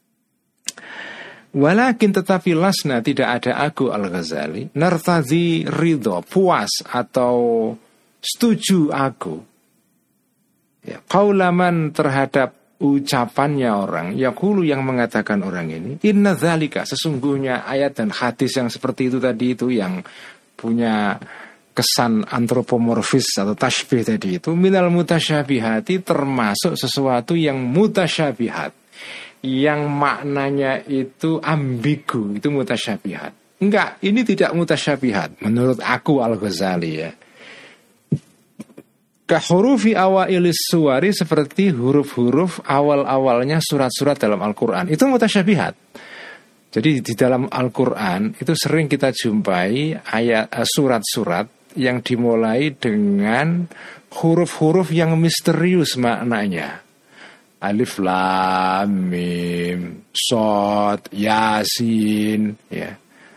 Walakin tetapi lasna, tidak ada aku Al-Ghazali nartadhi ridho, puas atau setuju aku ya, qaulaman terhadap ucapannya orang, yaqulu yang mengatakan orang ini, inna dzalika, sesungguhnya ayat dan hadis yang seperti itu tadi itu yang punya kesan antropomorfis atau tasbih tadi itu, minal mutasyabihati, termasuk sesuatu yang mutasyabihat, yang maknanya itu ambigu, itu mutasyabihat. Enggak, ini tidak mutasyabihat menurut aku Al-Ghazali ya. Kahurufi awailis suwari, seperti huruf-huruf awal-awalnya surat-surat dalam Al-Quran, itu mutasyabihat. Jadi di dalam Al-Quran itu sering kita jumpai ayat surat-surat yang dimulai dengan huruf-huruf yang misterius maknanya. Alif lam mim shad yasin ya,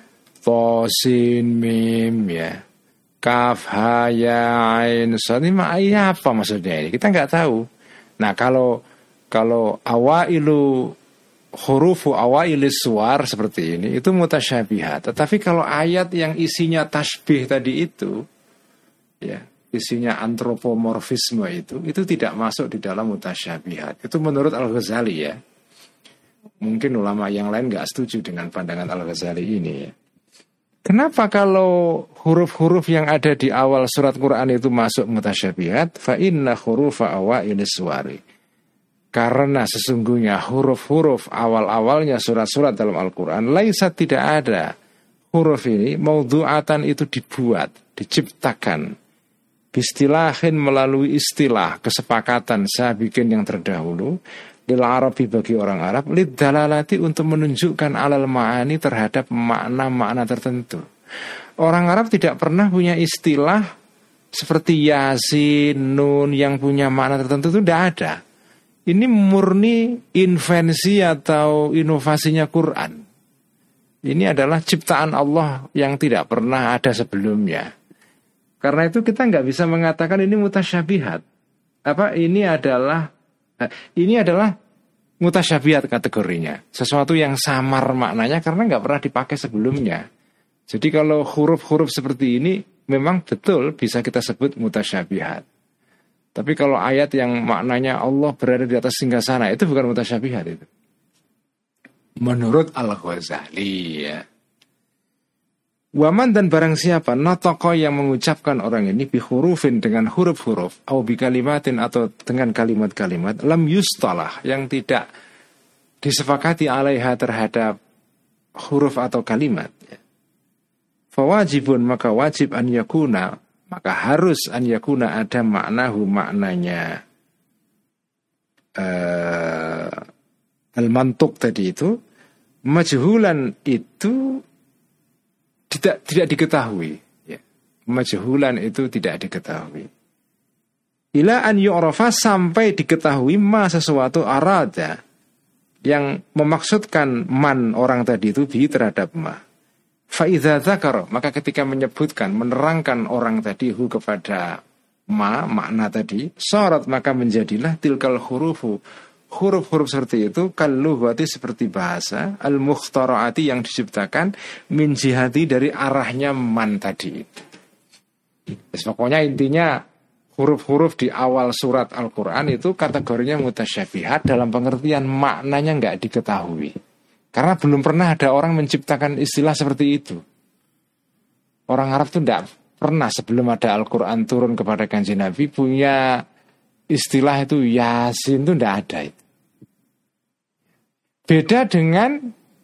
tosin mim ya, kaf ha ya ain shad. Ini apa maksudnya ini? Kita nggak tahu. Nah kalau kalau awailu hurufu awailis suwar seperti ini itu mutasyabihat. Tetapi kalau ayat yang isinya tasbih tadi itu ya, isinya antropomorfisme itu, itu tidak masuk di dalam mutasyabihat. Itu menurut Al-Ghazali ya. Mungkin ulama yang lain nggak setuju dengan pandangan Al-Ghazali ini ya. Kenapa kalau huruf-huruf yang ada di awal surat Quran itu masuk mutasyabihat? Fa inna hurufa awailis suwari. Karena sesungguhnya huruf-huruf awal-awalnya surat-surat dalam Al-Quran, laisa, tidak ada huruf ini maudhu'atan, itu dibuat, diciptakan, bistilahin, melalui istilah kesepakatan sabiqin yang terdahulu, lil Arabi, bagi orang Arab, lid dalalati, untuk menunjukkan alal ma'ani, terhadap makna-makna tertentu. Orang Arab tidak pernah punya istilah seperti Yasin, Nun yang punya makna tertentu, itu tidak ada. Ini murni invensi atau inovasinya Quran. Ini adalah ciptaan Allah yang tidak pernah ada sebelumnya. Karena itu kita nggak bisa mengatakan ini mutasyabihat. Apa ini adalah ini adalah mutasyabihat kategorinya. Sesuatu yang samar maknanya karena nggak pernah dipakai sebelumnya. Jadi kalau huruf-huruf seperti ini memang betul bisa kita sebut mutasyabihat. Tapi kalau ayat yang maknanya Allah berada di atas singgasana, itu bukan mutasyabihat itu. Menurut Al-Ghazali ya. Waman, dan barang siapa natoko, yang mengucapkan orang ini bihurufin, dengan huruf-huruf, au bikalimatin, atau dengan kalimat-kalimat, lam yustalah, yang tidak disepakati alaiha, terhadap huruf atau kalimat ya. Fawajibun, maka wajib an yakuna, maka harus an yakuna, ada maknahu, maknanya uh, al-mantuk tadi itu, majhulan, itu tidak tidak diketahui ya. Majhulan itu tidak diketahui. ila an yu'rafa, sampai diketahui ma sesuatu arada yang memaksudkan man orang tadi itu bi terhadap ma. Fa idza dzakara, maka ketika menyebutkan menerangkan orang tadi hu kepada ma makna tadi, syarat maka menjadilah tilkal hurufu, huruf-huruf seperti itu kallughati seperti bahasa al mukhtaraati yang diciptakan min jihati dari arahnya man tadi itu. Yes, pokoknya intinya huruf-huruf di awal surat Al-Quran itu kategorinya mutasyabihat dalam pengertian maknanya nggak diketahui. Karena belum pernah ada orang menciptakan istilah seperti itu. Orang Arab tuh nggak pernah sebelum ada Al-Quran turun kepada Kanjeng Nabi punya istilah itu Yasin, itu nggak ada itu. Beda dengan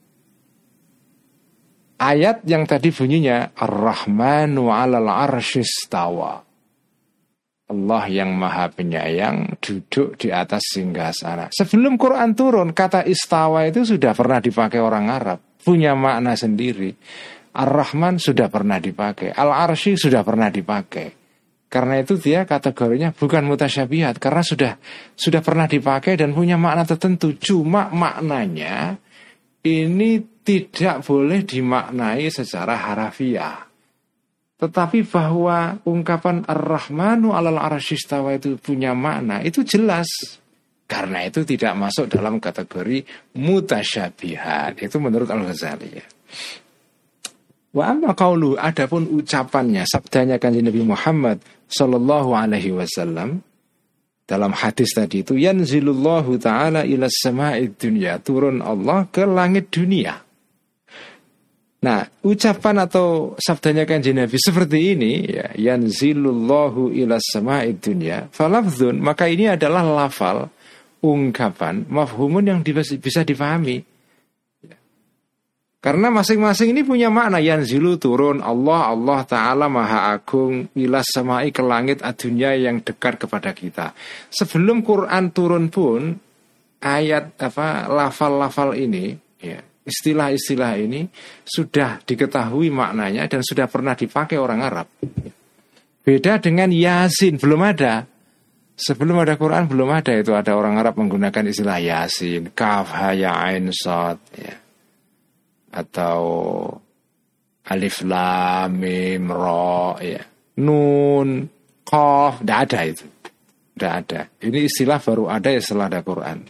ayat yang tadi bunyinya Ar-Rahmanu 'alal 'arsy istawa. Allah yang maha penyayang duduk di atas singgasana. Sebelum Quran turun, kata istawa itu sudah pernah dipakai orang Arab, punya makna sendiri. Ar-Rahman sudah pernah dipakai, Al-Arsy sudah pernah dipakai. Karena itu dia kategorinya bukan mutasyabihat, karena sudah sudah pernah dipakai dan punya makna tertentu. Cuma maknanya ini tidak boleh dimaknai secara harafiah. Tetapi bahwa ungkapan Ar-Rahmanu 'alal 'arsy istawa itu punya makna, itu jelas. Karena itu tidak masuk dalam kategori mutasyabihat. Itu menurut Al-Ghazali. Wa amma qaulu, adapun ucapannya, sabdanya Kanjeng Nabi Muhammad sallallahu alaihi wasallam dalam hadis tadi itu, yanzilullahu ta'ala ila sama'id dunya, turun Allah ke langit dunia. Nah, ucapan atau sabdanya Kanjeng Nabi seperti ini, ya, yanzilullahu ila sama'id dunya, falafdzun, maka ini adalah lafal, ungkapan, mafhumun yang bisa dipahami. Karena masing-masing ini punya makna. Yanzilu turun, Allah, Allah Ta'ala Maha Agung, ilas samai ke langit adunya yang dekat kepada kita. Sebelum Quran turun pun, ayat apa lafal-lafal ini, ya, istilah-istilah ini sudah diketahui maknanya dan sudah pernah dipakai orang Arab. Beda dengan Yasin, belum ada. Sebelum ada Quran belum ada itu, ada orang Arab menggunakan istilah Yasin, Kaf, Ha, Ya, Ain, Shad, ya. Atau alif lam mim ra, ya, nun qaf, tidak ada itu, tidak ada. Ini istilah baru ada ya setelah ada Quran.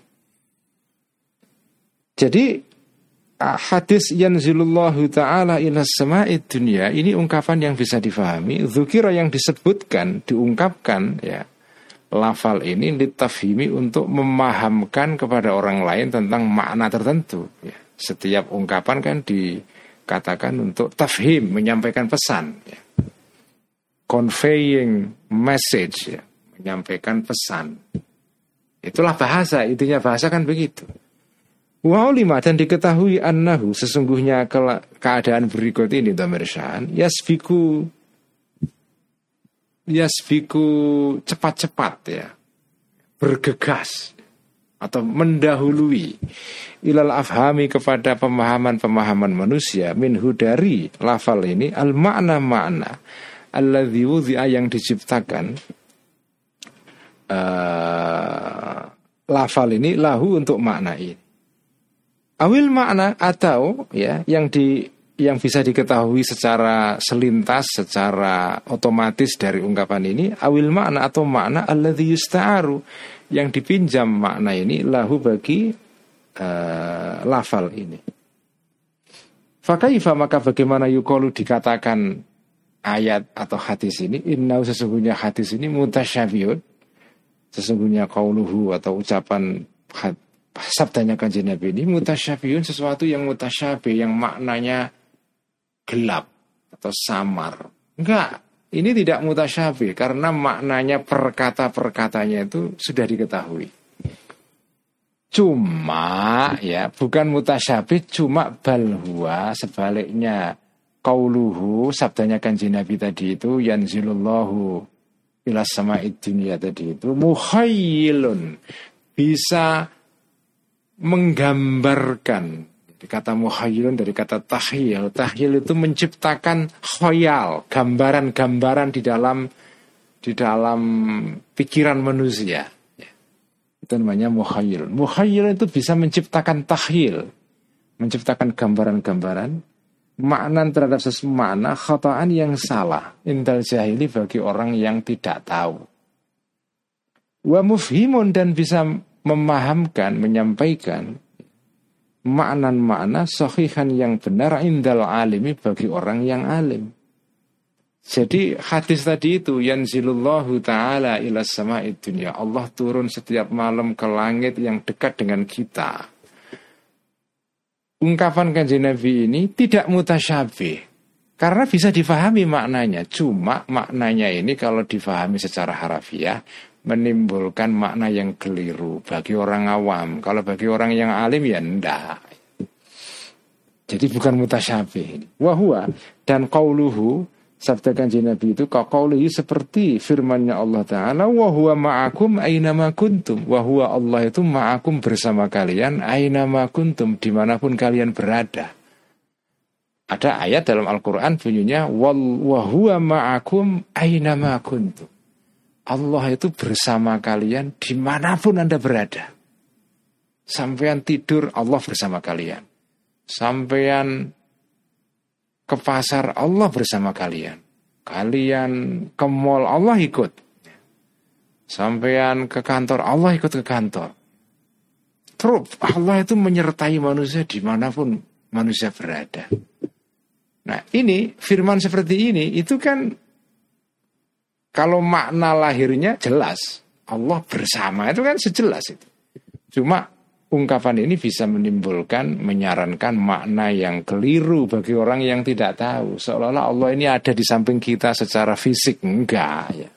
Jadi hadis yanzilullahu ta'ala ila sama'id dunya ini ungkapan yang bisa difahami. Dzukira yang disebutkan, diungkapkan, ya, lafal ini litafhimi untuk memahamkan kepada orang lain tentang makna tertentu, ya. Setiap ungkapan kan dikatakan untuk tafhim, menyampaikan pesan, ya. Conveying message, ya, menyampaikan pesan. Itulah bahasa, intinya bahasa kan begitu. Wa ulima, dan diketahui annahu, sesungguhnya keadaan berikut ini damirsyaan, yasbiku yasbiku cepat-cepat, ya, bergegas atau mendahului ilal afhami kepada pemahaman-pemahaman manusia minhu dari lafal ini al makna-makna alladzi wudhi'a yang diciptakan uh, lafal ini lahu untuk makna ini. Awil makna atau, ya, yang di yang bisa diketahui secara selintas, secara otomatis dari ungkapan ini, awil makna atau makna alladzi yusta'aru yang dipinjam makna ini lahu bagi uh, lafal ini. Fakaifa, maka bagaimana yuqalu dikatakan ayat atau hadis ini inna sesungguhnya hadis ini mutasyabihun, sesungguhnya qauluhu atau ucapan had, sabdanya Kanjeng Nabi ini mutasyabihun, sesuatu yang mutasyabih, yang maknanya gelap atau samar. Enggak, ini tidak mutasyabih karena maknanya perkata-perkatanya itu sudah diketahui. Cuma, ya, bukan mutasyabih, cuma balhuwa, sebaliknya qauluhu, sabdanya Kanjeng Nabi tadi itu yanzilullahu ila sama'id dunya tadi itu mukhayyilun, bisa menggambarkan. Kata muhayyilun dari kata tahyil. Tahyil itu menciptakan khoyal, gambaran-gambaran di dalam di dalam pikiran manusia. Itu namanya mukhayyil. Mukhayyil itu bisa menciptakan takhyil, menciptakan gambaran-gambaran makna terhadap sesuatu makna khata'an yang salah indal jahili bagi orang yang tidak tahu. Wa mufhimun, dan bisa memahamkan, menyampaikan makna-makna sahihan yang benar indal alimi bagi orang yang alim. Jadi hadis tadi itu, yanzilullahu ta'ala ila sama'id dunya, Allah turun setiap malam ke langit yang dekat dengan kita. Ungkapan Kanjeng Nabi ini tidak mutasyabih, karena bisa difahami maknanya. Cuma maknanya ini kalau difahami secara harafiah menimbulkan makna yang keliru bagi orang awam. Kalau bagi orang yang alim ya enggak. Jadi bukan mutasyabih. Wahua, dan qauluhu, sabda Kanjeng Nabi itu kaqaulihi, seperti firman-Nya Allah Ta'ala, wa huwa ma'akum aynama kuntum. Wa huwa, Allah itu ma'akum, bersama kalian, aynama kuntum, dimanapun kalian berada. Ada ayat dalam Al-Quran bunyinya wa huwa ma'akum aynama kuntum. Allah itu bersama kalian dimanapun Anda berada. Sampean tidur, Allah bersama kalian. Sampean ke pasar, Allah bersama kalian. Kalian ke mall, Allah ikut. Sampean ke kantor, Allah ikut ke kantor. Terus Allah itu menyertai manusia dimanapun manusia berada. Nah ini, firman seperti ini, itu kan kalau makna lahirnya jelas, Allah bersama, itu kan sejelas itu. Cuma ungkapan ini bisa menimbulkan, menyarankan makna yang keliru bagi orang yang tidak tahu. Seolah-olah Allah ini ada di samping kita secara fisik. Enggak ya.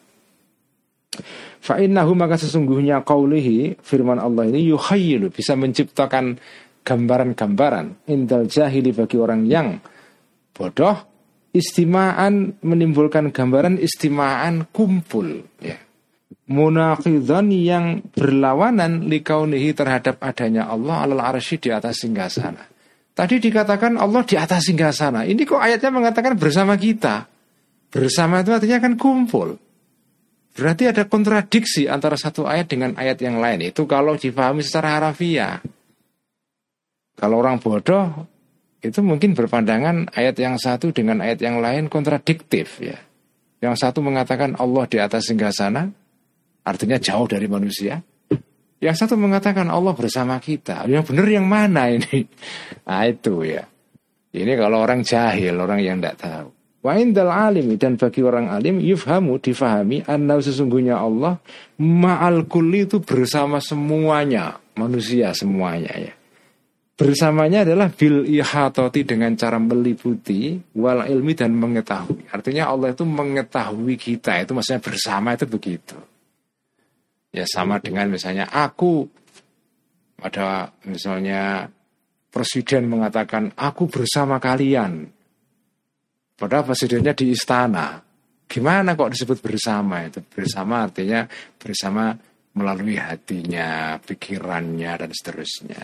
Fa'innahu, maka sesungguhnya qaulihi, firman Allah ini, yukhayyilu, bisa menciptakan gambaran-gambaran indal jahili bagi orang yang bodoh. Istima'an, menimbulkan gambaran istima'an, kumpul ya. Munaqidhan, yang berlawanan likaunihi, terhadap adanya Allah alal arsy, di atas singgasana. Tadi dikatakan Allah di atas singgasana, ini kok ayatnya mengatakan bersama kita. Bersama itu artinya kan kumpul. Berarti ada kontradiksi antara satu ayat dengan ayat yang lain. Itu kalau difahami secara harafiah. Kalau orang bodoh itu mungkin berpandangan ayat yang satu dengan ayat yang lain kontradiktif ya. Yang satu mengatakan Allah di atas singgasana, artinya jauh dari manusia. Yang satu mengatakan Allah bersama kita. Yang benar yang mana ini? Nah itu ya. Ini kalau orang jahil, orang yang tidak tahu. Wa indal alimi, dan bagi orang alim, yufhamu, difahami, anna, sesungguhnya Allah ma'al kulli, itu bersama semuanya, manusia semuanya ya. Bersamanya adalah bil ihatoti, dengan cara meliputi, wal ilmi, dan mengetahui. Artinya Allah itu mengetahui kita, itu maksudnya bersama itu begitu. Ya sama dengan misalnya aku, ada misalnya presiden mengatakan aku bersama kalian, padahal presidennya di istana. Gimana kok disebut bersama itu? Bersama artinya bersama melalui hatinya, pikirannya, dan seterusnya.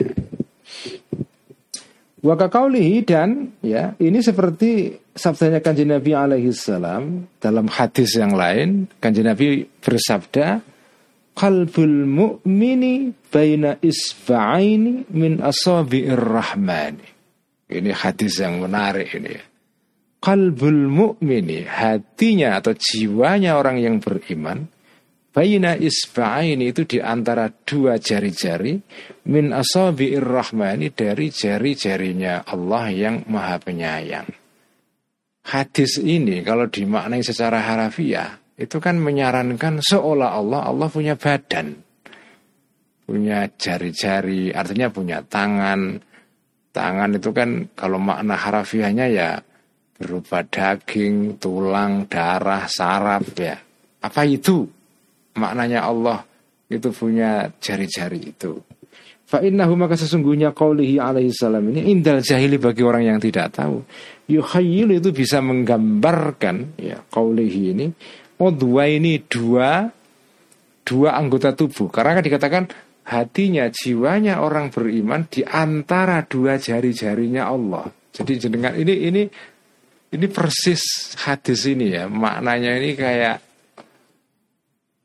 Wa kaqaulihi, dan ya ini seperti sabdanya Kanjeng Nabi alaihi salam dalam hadis yang lain. Kanjeng Nabi bersabda, qalbul mu'mini baina isba'aini min asabi'ir rahmani. Ini hadis yang menarik ini ya. Qalbul mu'mini, hatinya atau jiwanya orang yang beriman, baina isba'aini, itu di antara dua jari-jari, min asabi'ir rahmani, dari jari-jarinya Allah yang Maha Penyayang. Hadis ini kalau dimaknai secara harafiah, itu kan menyarankan seolah Allah Allah punya badan, punya jari-jari, artinya punya tangan. Tangan itu kan kalau makna harafiahnya ya berupa daging, tulang, darah, saraf ya. Apa itu maknanya Allah itu punya jari-jari itu? Fa innahu, maka sesungguhnya qaulihi alaihi salam ini, indal jahili, bagi orang yang tidak tahu, yukhayyilu, itu bisa menggambarkan ya, qaulihi ini, oh dua ini dua dua anggota tubuh. Karena kan dikatakan hatinya, jiwanya orang beriman di antara dua jari-jarinya Allah. Jadi jenengan ini ini ini persis hadis ini ya, maknanya ini kayak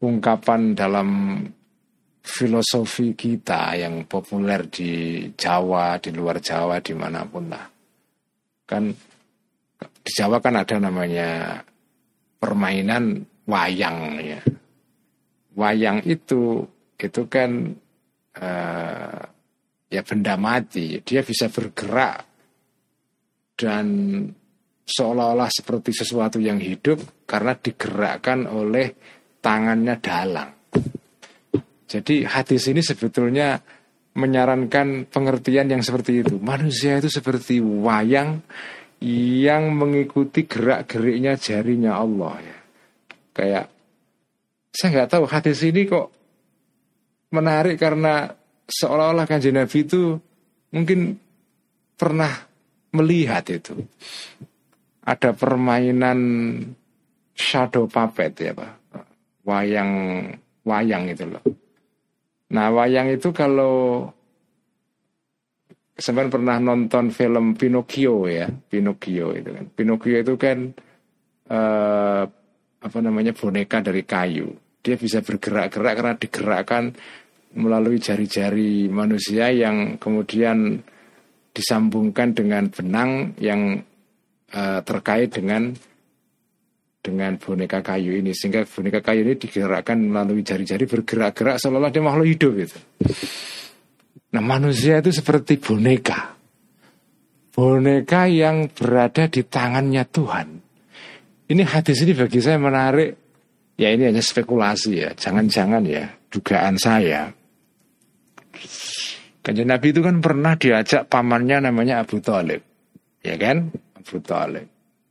ungkapan dalam filosofi kita yang populer di Jawa, di luar Jawa, dimanapun lah. Kan di Jawa kan ada namanya permainan wayang ya. Wayang itu itu kan uh, ya benda mati, dia bisa bergerak dan seolah-olah seperti sesuatu yang hidup karena digerakkan oleh tangannya dalang. Jadi hadis ini sebetulnya menyarankan pengertian yang seperti itu. Manusia itu seperti wayang yang mengikuti gerak-geriknya jarinya Allah ya. Kayak saya nggak tahu hadis ini kok menarik karena seolah-olah Kanjeng Nabi itu mungkin pernah melihat itu. Ada permainan shadow puppet ya Pak. Wayang wayang itu loh. Nah, wayang itu kalau sampean pernah nonton film Pinocchio ya, Pinocchio itu kan. Pinocchio itu kan eh, apa namanya boneka dari kayu. Dia bisa bergerak-gerak karena digerakkan melalui jari-jari manusia yang kemudian disambungkan dengan benang yang uh, terkait dengan dengan boneka kayu ini, sehingga boneka kayu ini digerakkan melalui jari-jari bergerak-gerak seolah-olah dia makhluk hidup itu. Nah, manusia itu seperti boneka, boneka yang berada di tangannya Tuhan. Ini hadis ini bagi saya menarik. Ya ini hanya spekulasi ya, jangan-jangan ya dugaan saya. Kanjeng Nabi itu kan pernah diajak pamannya namanya Abu Thalib, ya kan? Abu Thalib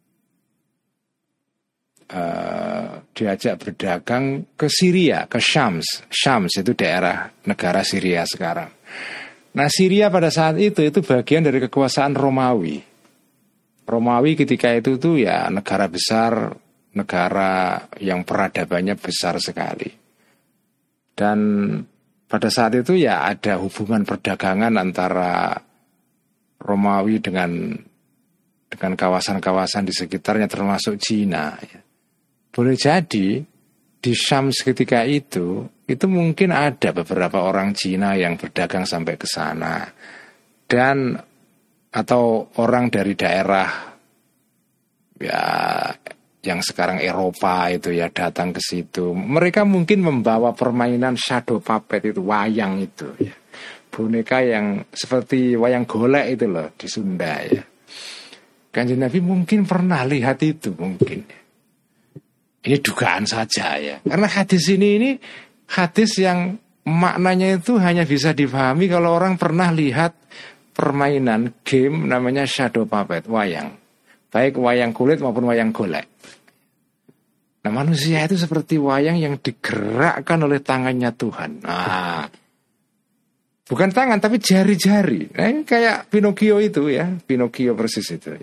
uh, diajak berdagang ke Syria, ke Syams. Syams itu daerah negara Syria sekarang. Nah, Syria pada saat itu itu bagian dari kekuasaan Romawi. Romawi ketika itu tuh ya negara besar, negara yang peradabannya besar sekali. Dan pada saat itu ya ada hubungan perdagangan antara Romawi dengan dengan kawasan-kawasan di sekitarnya termasuk Cina. Boleh jadi di Syams ketika itu itu mungkin ada beberapa orang Cina yang berdagang sampai ke sana, dan atau orang dari daerah ya yang sekarang Eropa itu ya datang ke situ. Mereka mungkin membawa permainan shadow puppet itu, wayang itu ya. Boneka yang seperti wayang golek itu loh di Sunda ya. Kanjeng Nabi mungkin pernah lihat itu mungkin. Ini dugaan saja ya. Karena hadis ini ini hadis yang maknanya itu hanya bisa dipahami kalau orang pernah lihat permainan game namanya shadow puppet, wayang. Baik wayang kulit maupun wayang golek. Nah, manusia itu seperti wayang yang digerakkan oleh tangannya Tuhan. Nah, bukan tangan tapi jari-jari. Nah, ini kayak Pinocchio itu ya, Pinocchio persis itu.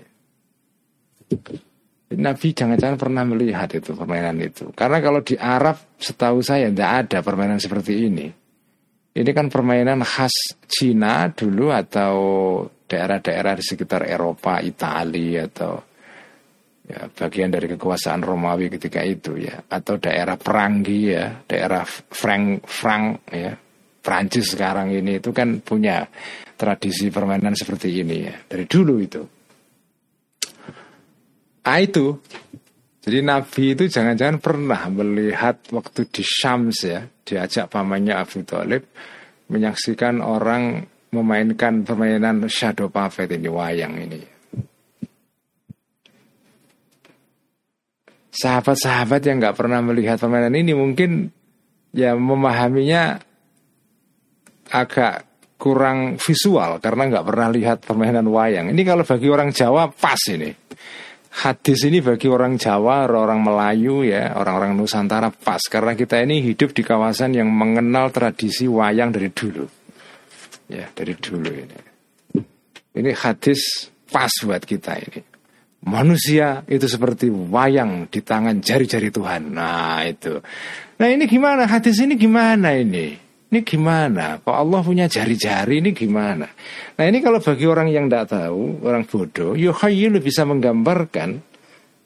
Nabi jangan-jangan pernah melihat itu permainan itu. Karena kalau di Arab setahu saya tidak ada permainan seperti ini. Ini kan permainan khas Cina dulu atau daerah-daerah di sekitar Eropa, Italia atau ya, bagian dari kekuasaan Romawi ketika itu ya, atau daerah Peranggi ya, daerah Frank Frank ya, Prancis sekarang ini itu kan punya tradisi permainan seperti ini ya dari dulu itu. Ah itu, jadi Nabi itu jangan-jangan pernah melihat waktu di Syams ya, diajak pamannya Abu Thalib menyaksikan orang memainkan permainan shadow puppet ini, wayang ini. Sahabat-sahabat yang nggak pernah melihat permainan ini mungkin ya memahaminya agak kurang visual karena nggak pernah lihat permainan wayang. Ini kalau bagi orang Jawa pas ini. Hadis ini bagi orang Jawa, orang Melayu ya, orang-orang Nusantara pas karena kita ini hidup di kawasan yang mengenal tradisi wayang dari dulu. Ya, dari dulu ini. Ini hadis pas buat kita ini. Manusia itu seperti wayang di tangan jari-jari Tuhan. Nah itu. Nah ini gimana? Hadis ini gimana ini? Ini gimana? Kok Allah punya jari-jari ini gimana? Nah ini kalau bagi orang yang tidak tahu, orang bodoh, yukhayyilu bisa menggambarkan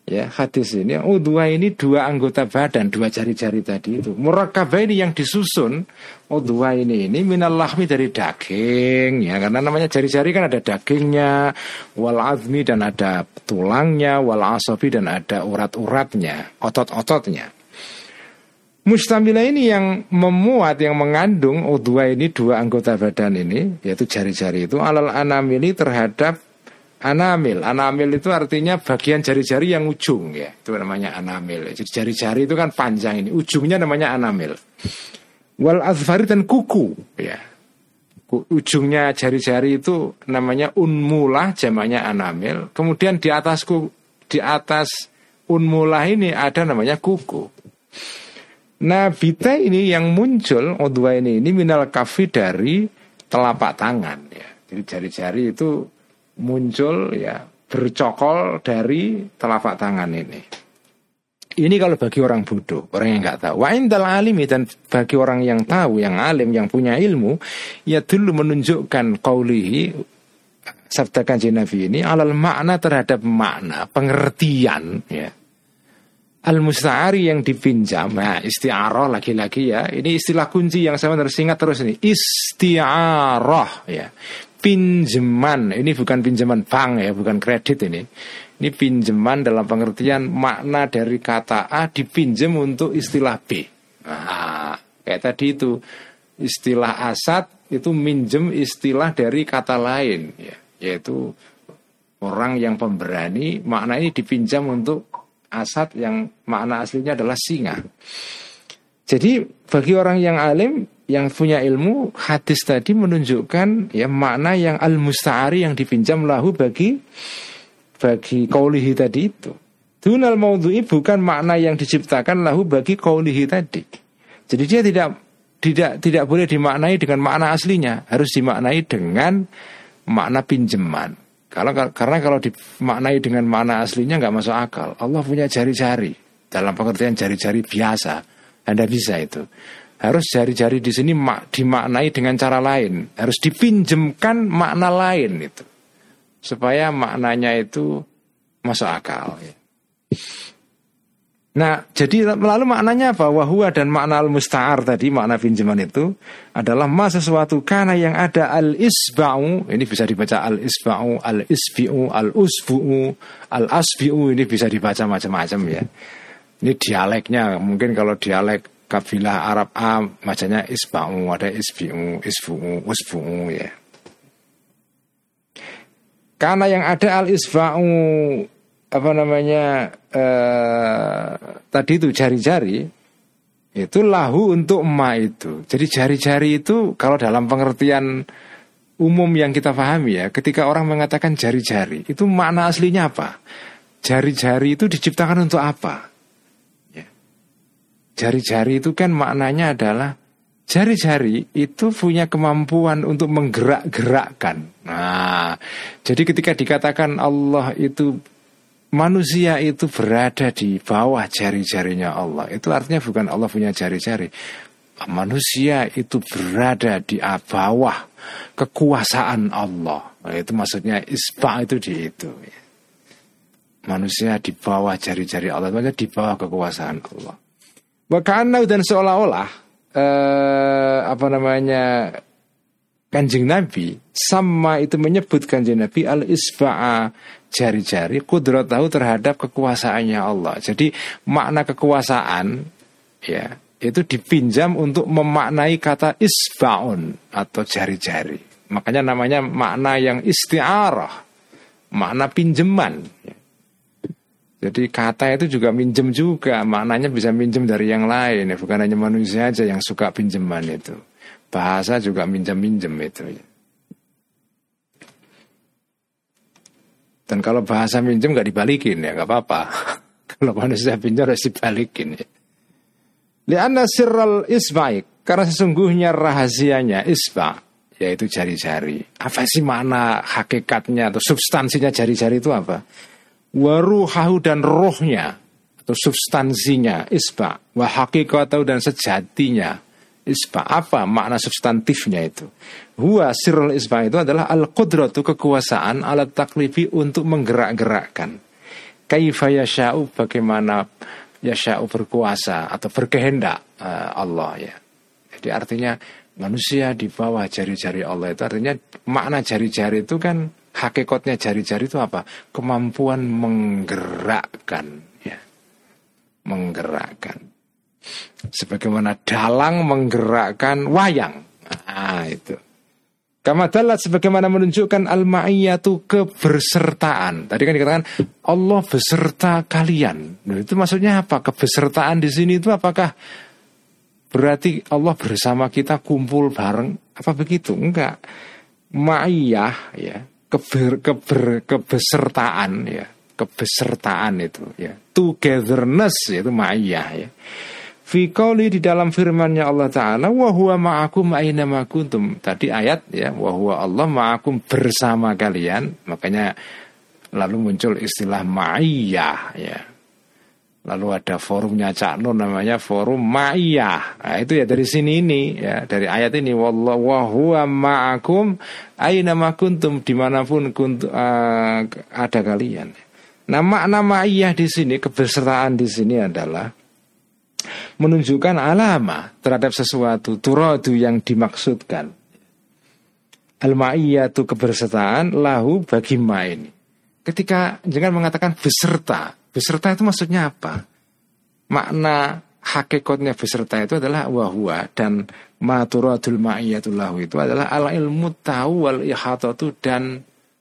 Ya, hadis ini udwa ini dua anggota badan, dua jari-jari tadi itu. Murakkabah ini yang disusun udwa ini ini minal lahmi dari daging ya, karena namanya jari-jari kan ada dagingnya, wal azmi dan ada tulangnya, wal asabi dan ada urat-uratnya, otot-ototnya. Mustamilah ini yang memuat, yang mengandung udwa ini dua anggota badan ini, yaitu jari-jari itu alal anamili terhadap anamil. Anamil itu artinya bagian jari-jari yang ujung ya. Itu namanya anamil. Jadi jari-jari itu kan panjang ini. Ujungnya namanya anamil. Wal azfari dan kuku ya. Ujungnya jari-jari itu namanya unmulah, jamaknya anamil. Kemudian di atasku di atas unmulah ini ada namanya kuku. Nah, bita ini yang muncul udwa ini ini minal kafi dari telapak tangan ya. Jadi jari-jari itu muncul ya bercokol dari telapak tangan ini. Ini kalau bagi orang bodoh, orang yang nggak tahu. Wa indal alimi, dan bagi orang yang tahu, yang alim, yang punya ilmu, ya dulu menunjukkan qaulihi, sabda Kanjeng Nabi ini alal makna terhadap makna pengertian ya. Al-musta'ari yang dipinjam. Nah, isti'arah lagi-lagi ya. Ini istilah kunci yang saya harus ingat terus ini. Isti'arah ya. Pinjaman, ini bukan pinjaman bank ya, bukan kredit ini. Ini pinjaman dalam pengertian makna dari kata A dipinjam untuk istilah B. Nah, kayak tadi itu istilah asad itu minjem istilah dari kata lain ya, yaitu orang yang pemberani, makna ini dipinjam untuk asad yang makna aslinya adalah singa. Jadi bagi orang yang alim, yang punya ilmu, hadis tadi menunjukkan ya makna yang al-musta'ari yang dipinjam lahu bagi bagi qaulihi tadi itu. Dunal maudhu'i bukan makna yang diciptakan lahu bagi qaulihi tadi. Jadi dia tidak tidak tidak boleh dimaknai dengan makna aslinya, harus dimaknai dengan makna pinjaman. Kalau karena kalau dimaknai dengan makna aslinya nggak masuk akal. Allah punya jari-jari dalam pengertian jari-jari biasa. Anda bisa itu. Harus jari-jari di sini mak, dimaknai dengan cara lain. Harus dipinjemkan makna lain itu. Supaya maknanya itu masuk akal. Nah, jadi lalu maknanya apa? Wahuwa dan makna al-musta'ar tadi, makna pinjaman itu adalah ma sesuatu kana yang ada al-isba'u. Ini bisa dibaca al-isba'u, al-isbi'u, al-usbu'u, al-asbi'u. Ini bisa dibaca macam-macam ya. Ini dialeknya. Mungkin kalau dialek kabilah Arab A bacanya isba'u, ada isbi'u, isbu'u, usbu'u ya. Karena yang ada al-isba'u apa namanya eh, tadi itu jari-jari itu lahu untuk ma itu. Jadi jari-jari itu kalau dalam pengertian umum yang kita pahami ya, ketika orang mengatakan jari-jari itu makna aslinya apa? Jari-jari itu diciptakan untuk apa? Jari-jari itu kan maknanya adalah jari-jari itu punya kemampuan untuk menggerak-gerakkan. Nah, jadi ketika dikatakan Allah itu, manusia itu berada di bawah jari-jarinya Allah, itu artinya bukan Allah punya jari-jari. Manusia itu berada di bawah kekuasaan Allah. Nah, itu maksudnya isba itu di itu. Manusia di bawah jari-jari Allah, maksudnya di bawah kekuasaan Allah. Wakana dan seolah-olah eh, apa namanya Kanjeng Nabi sama itu menyebut Kanjeng Nabi al-isba'a jari-jari qudratahu terhadap kekuasaannya Allah. Jadi makna kekuasaan ya itu dipinjam untuk memaknai kata isba'un atau jari-jari. Makanya namanya makna yang isti'arah, makna pinjaman ya. Jadi kata itu juga minjem juga, maknanya bisa minjem dari yang lain ya, bukan hanya manusia aja yang suka pinjaman itu. Bahasa juga minjem-minjem itu ya. Dan kalau bahasa minjem nggak dibalikin ya nggak apa-apa. Kalau manusia pinjam harus dibalikin ya. Li'anna sirral isba'i, karena sesungguhnya rahasianya isba' yaitu jari-jari. Apa sih makna hakikatnya atau substansinya jari-jari itu apa? Waruhahu dan rohnya atau substansinya isba, wa hakikatahu dan sejatinya isba. Apa makna substantifnya itu? Huwa sirrul isba itu adalah al-qudratu kekuasaan alat taklifi untuk menggerak-gerakkan. kaifa yasha'u, bagaimana yasha'u berkuasa atau berkehendak uh, Allah ya. Jadi artinya manusia di bawah jari-jari Allah, itu artinya makna jari-jari itu kan hakikatnya jari-jari itu apa? Kemampuan menggerakkan ya. Menggerakkan. Sebagaimana dalang menggerakkan wayang. Ah itu. Kama dalat, sebagaimana menunjukkan al-ma'iyatu, kebersertaan. Tadi kan dikatakan Allah beserta kalian. Nah, itu maksudnya apa? Kebersertaan di sini itu apakah berarti Allah bersama kita kumpul bareng? Apa begitu? Enggak. Ma'iyah ya, keber, keber, kebesertaan ya, kebesertaan itu ya. Togetherness itu ma'iyah ya. Fi qouli, di dalam firman-Nya Allah Ta'ala, wa huwa ma'akum aina ma kuntum. Tadi ayat ya, wa huwa Allah ma'akum, bersama kalian. Makanya lalu muncul istilah ma'iyah ya. Lalu ada forumnya Cak Nur namanya forum ma'iyah. Nah, itu ya dari sini ini ya, dari ayat ini, wallahu wa huwa ma'akum aina ma kuntum, dimanapun kuntum, uh, ada kalian. Nah, makna ma'iyah di sini, kebersertaan di sini adalah menunjukkan alama terhadap sesuatu, turadu yang dimaksudkan. Al-ma'iyatu, kebersertaan, lahu bagi ma ini. Ketika jangan mengatakan beserta, beserta itu maksudnya apa? Makna hakikatnya beserta itu adalah wahwa, dan ma turadul ma'iyatu lahu itu adalah al-ilmu, tahu, wal ihatatu, dan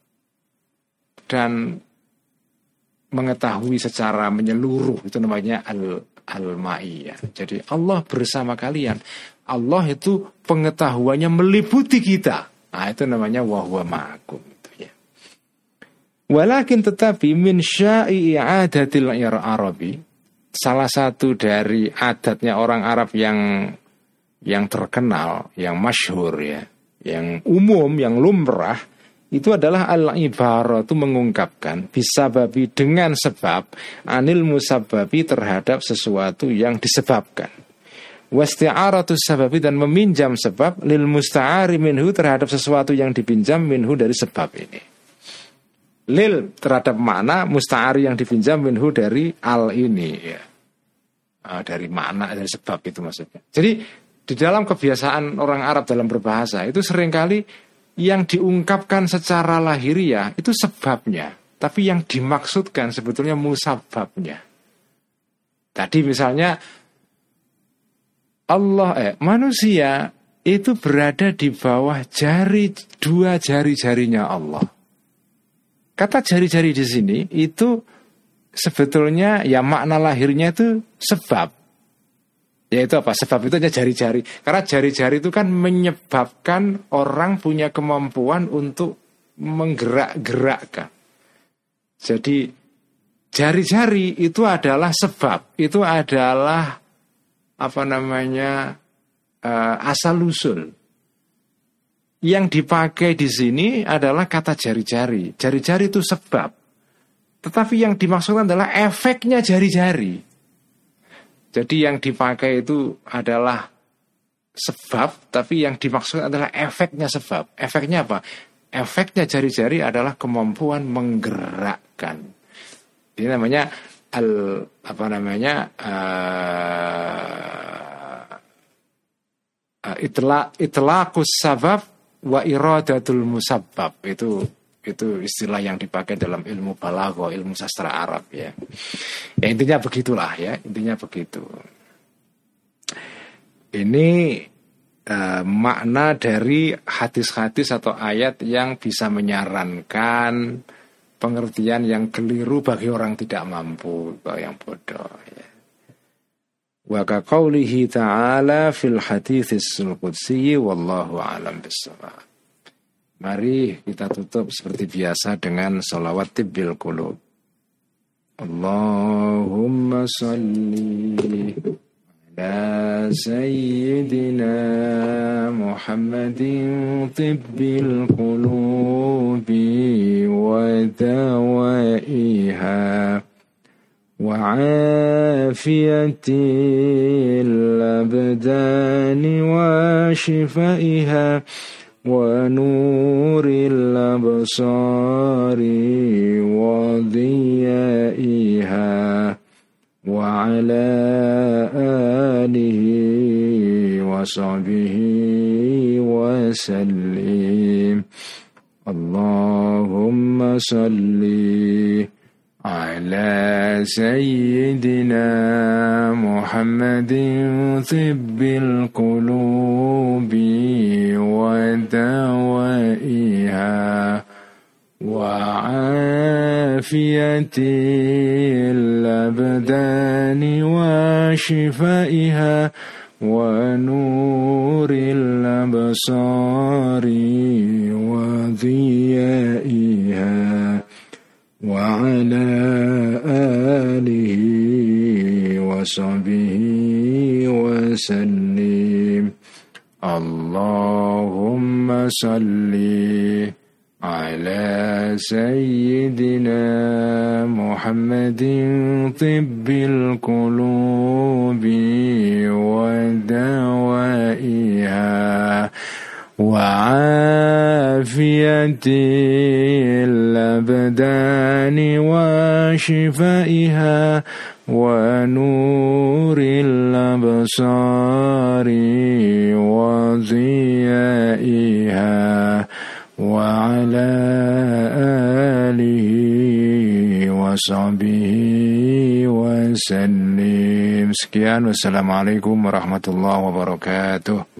dan mengetahui secara menyeluruh, itu namanya al al-ma'iyah. Jadi Allah bersama kalian. Allah itu pengetahuannya meliputi kita. Nah, itu namanya wa huwa ma'akum itu ya. Walakin tetapi min sya'i i'adatil Arabi, salah satu dari adatnya orang Arab yang yang terkenal, yang masyhur ya, yang umum, yang lumrah, itu adalah al-ibarah, itu mengungkapkan bisababi, dengan sebab, anil musababi, terhadap sesuatu yang disebabkan, wasti'aratu sababi, dan meminjam sebab, lil musta'ari minhu, terhadap sesuatu yang dipinjam, minhu, dari sebab ini. Lil terhadap makna, musta'ari yang dipinjam, minhu, dari al ini ya. Nah, dari makna, dari sebab itu maksudnya. Jadi di dalam kebiasaan orang Arab dalam berbahasa itu seringkali yang diungkapkan secara lahiriah itu sebabnya, tapi yang dimaksudkan sebetulnya musababnya. Tadi misalnya Allah eh manusia itu berada di bawah jari, dua jari-jarinya Allah. Kata jari-jari di sini itu sebetulnya ya makna lahirnya itu sebab. Yaitu apa? Sebab itu hanya jari-jari. Karena jari-jari itu kan menyebabkan orang punya kemampuan untuk menggerak-gerakkan. Jadi jari-jari itu adalah sebab. Itu adalah apa namanya uh, asal-usul. Yang dipakai di sini adalah kata jari-jari. Jari-jari itu sebab. Tetapi yang dimaksudkan adalah efeknya jari-jari. Jadi yang dipakai itu adalah sebab, tapi yang dimaksud adalah efeknya sebab. Efeknya apa? Efeknya jari-jari adalah kemampuan menggerakkan. Ini namanya al apa namanya uh, uh, itla itlaqus sabab wa iradatul musabbab. Itu itu istilah yang dipakai dalam ilmu balaghah, ilmu sastra Arab ya. Ya intinya begitulah ya, intinya begitu. Ini uh, makna dari hadis-hadis atau ayat yang bisa menyarankan pengertian yang keliru bagi orang tidak mampu, bagi yang bodoh ya. Wa ka qaulihi ta'ala fil haditsil qudsi wallahu a'lam bissawab. Mari kita tutup seperti biasa dengan sholawat tibbil qulub. Allahumma salli ala sayyidina Muhammadin tibbil qulubi wa dawaiha wa afiyatil abdani wa shifaiha wa nuril absari wa dhiyai وعلى آله وصحبه وسلم. اللهم صل على سيدنا محمد طب القلوب ودوائها وعافية الأبدان وشفائها ونور الأبصار وضيائها وعلى آله وصحبه وسلم. اللهم صل على سيدنا محمد طب القلوب ودوائها وعافية الأبدان وشفائها ونور الأبصار وضيائها وعلى آله وصحبه وسلم. Sekian, wassalamualaikum warahmatullahi wabarakatuh.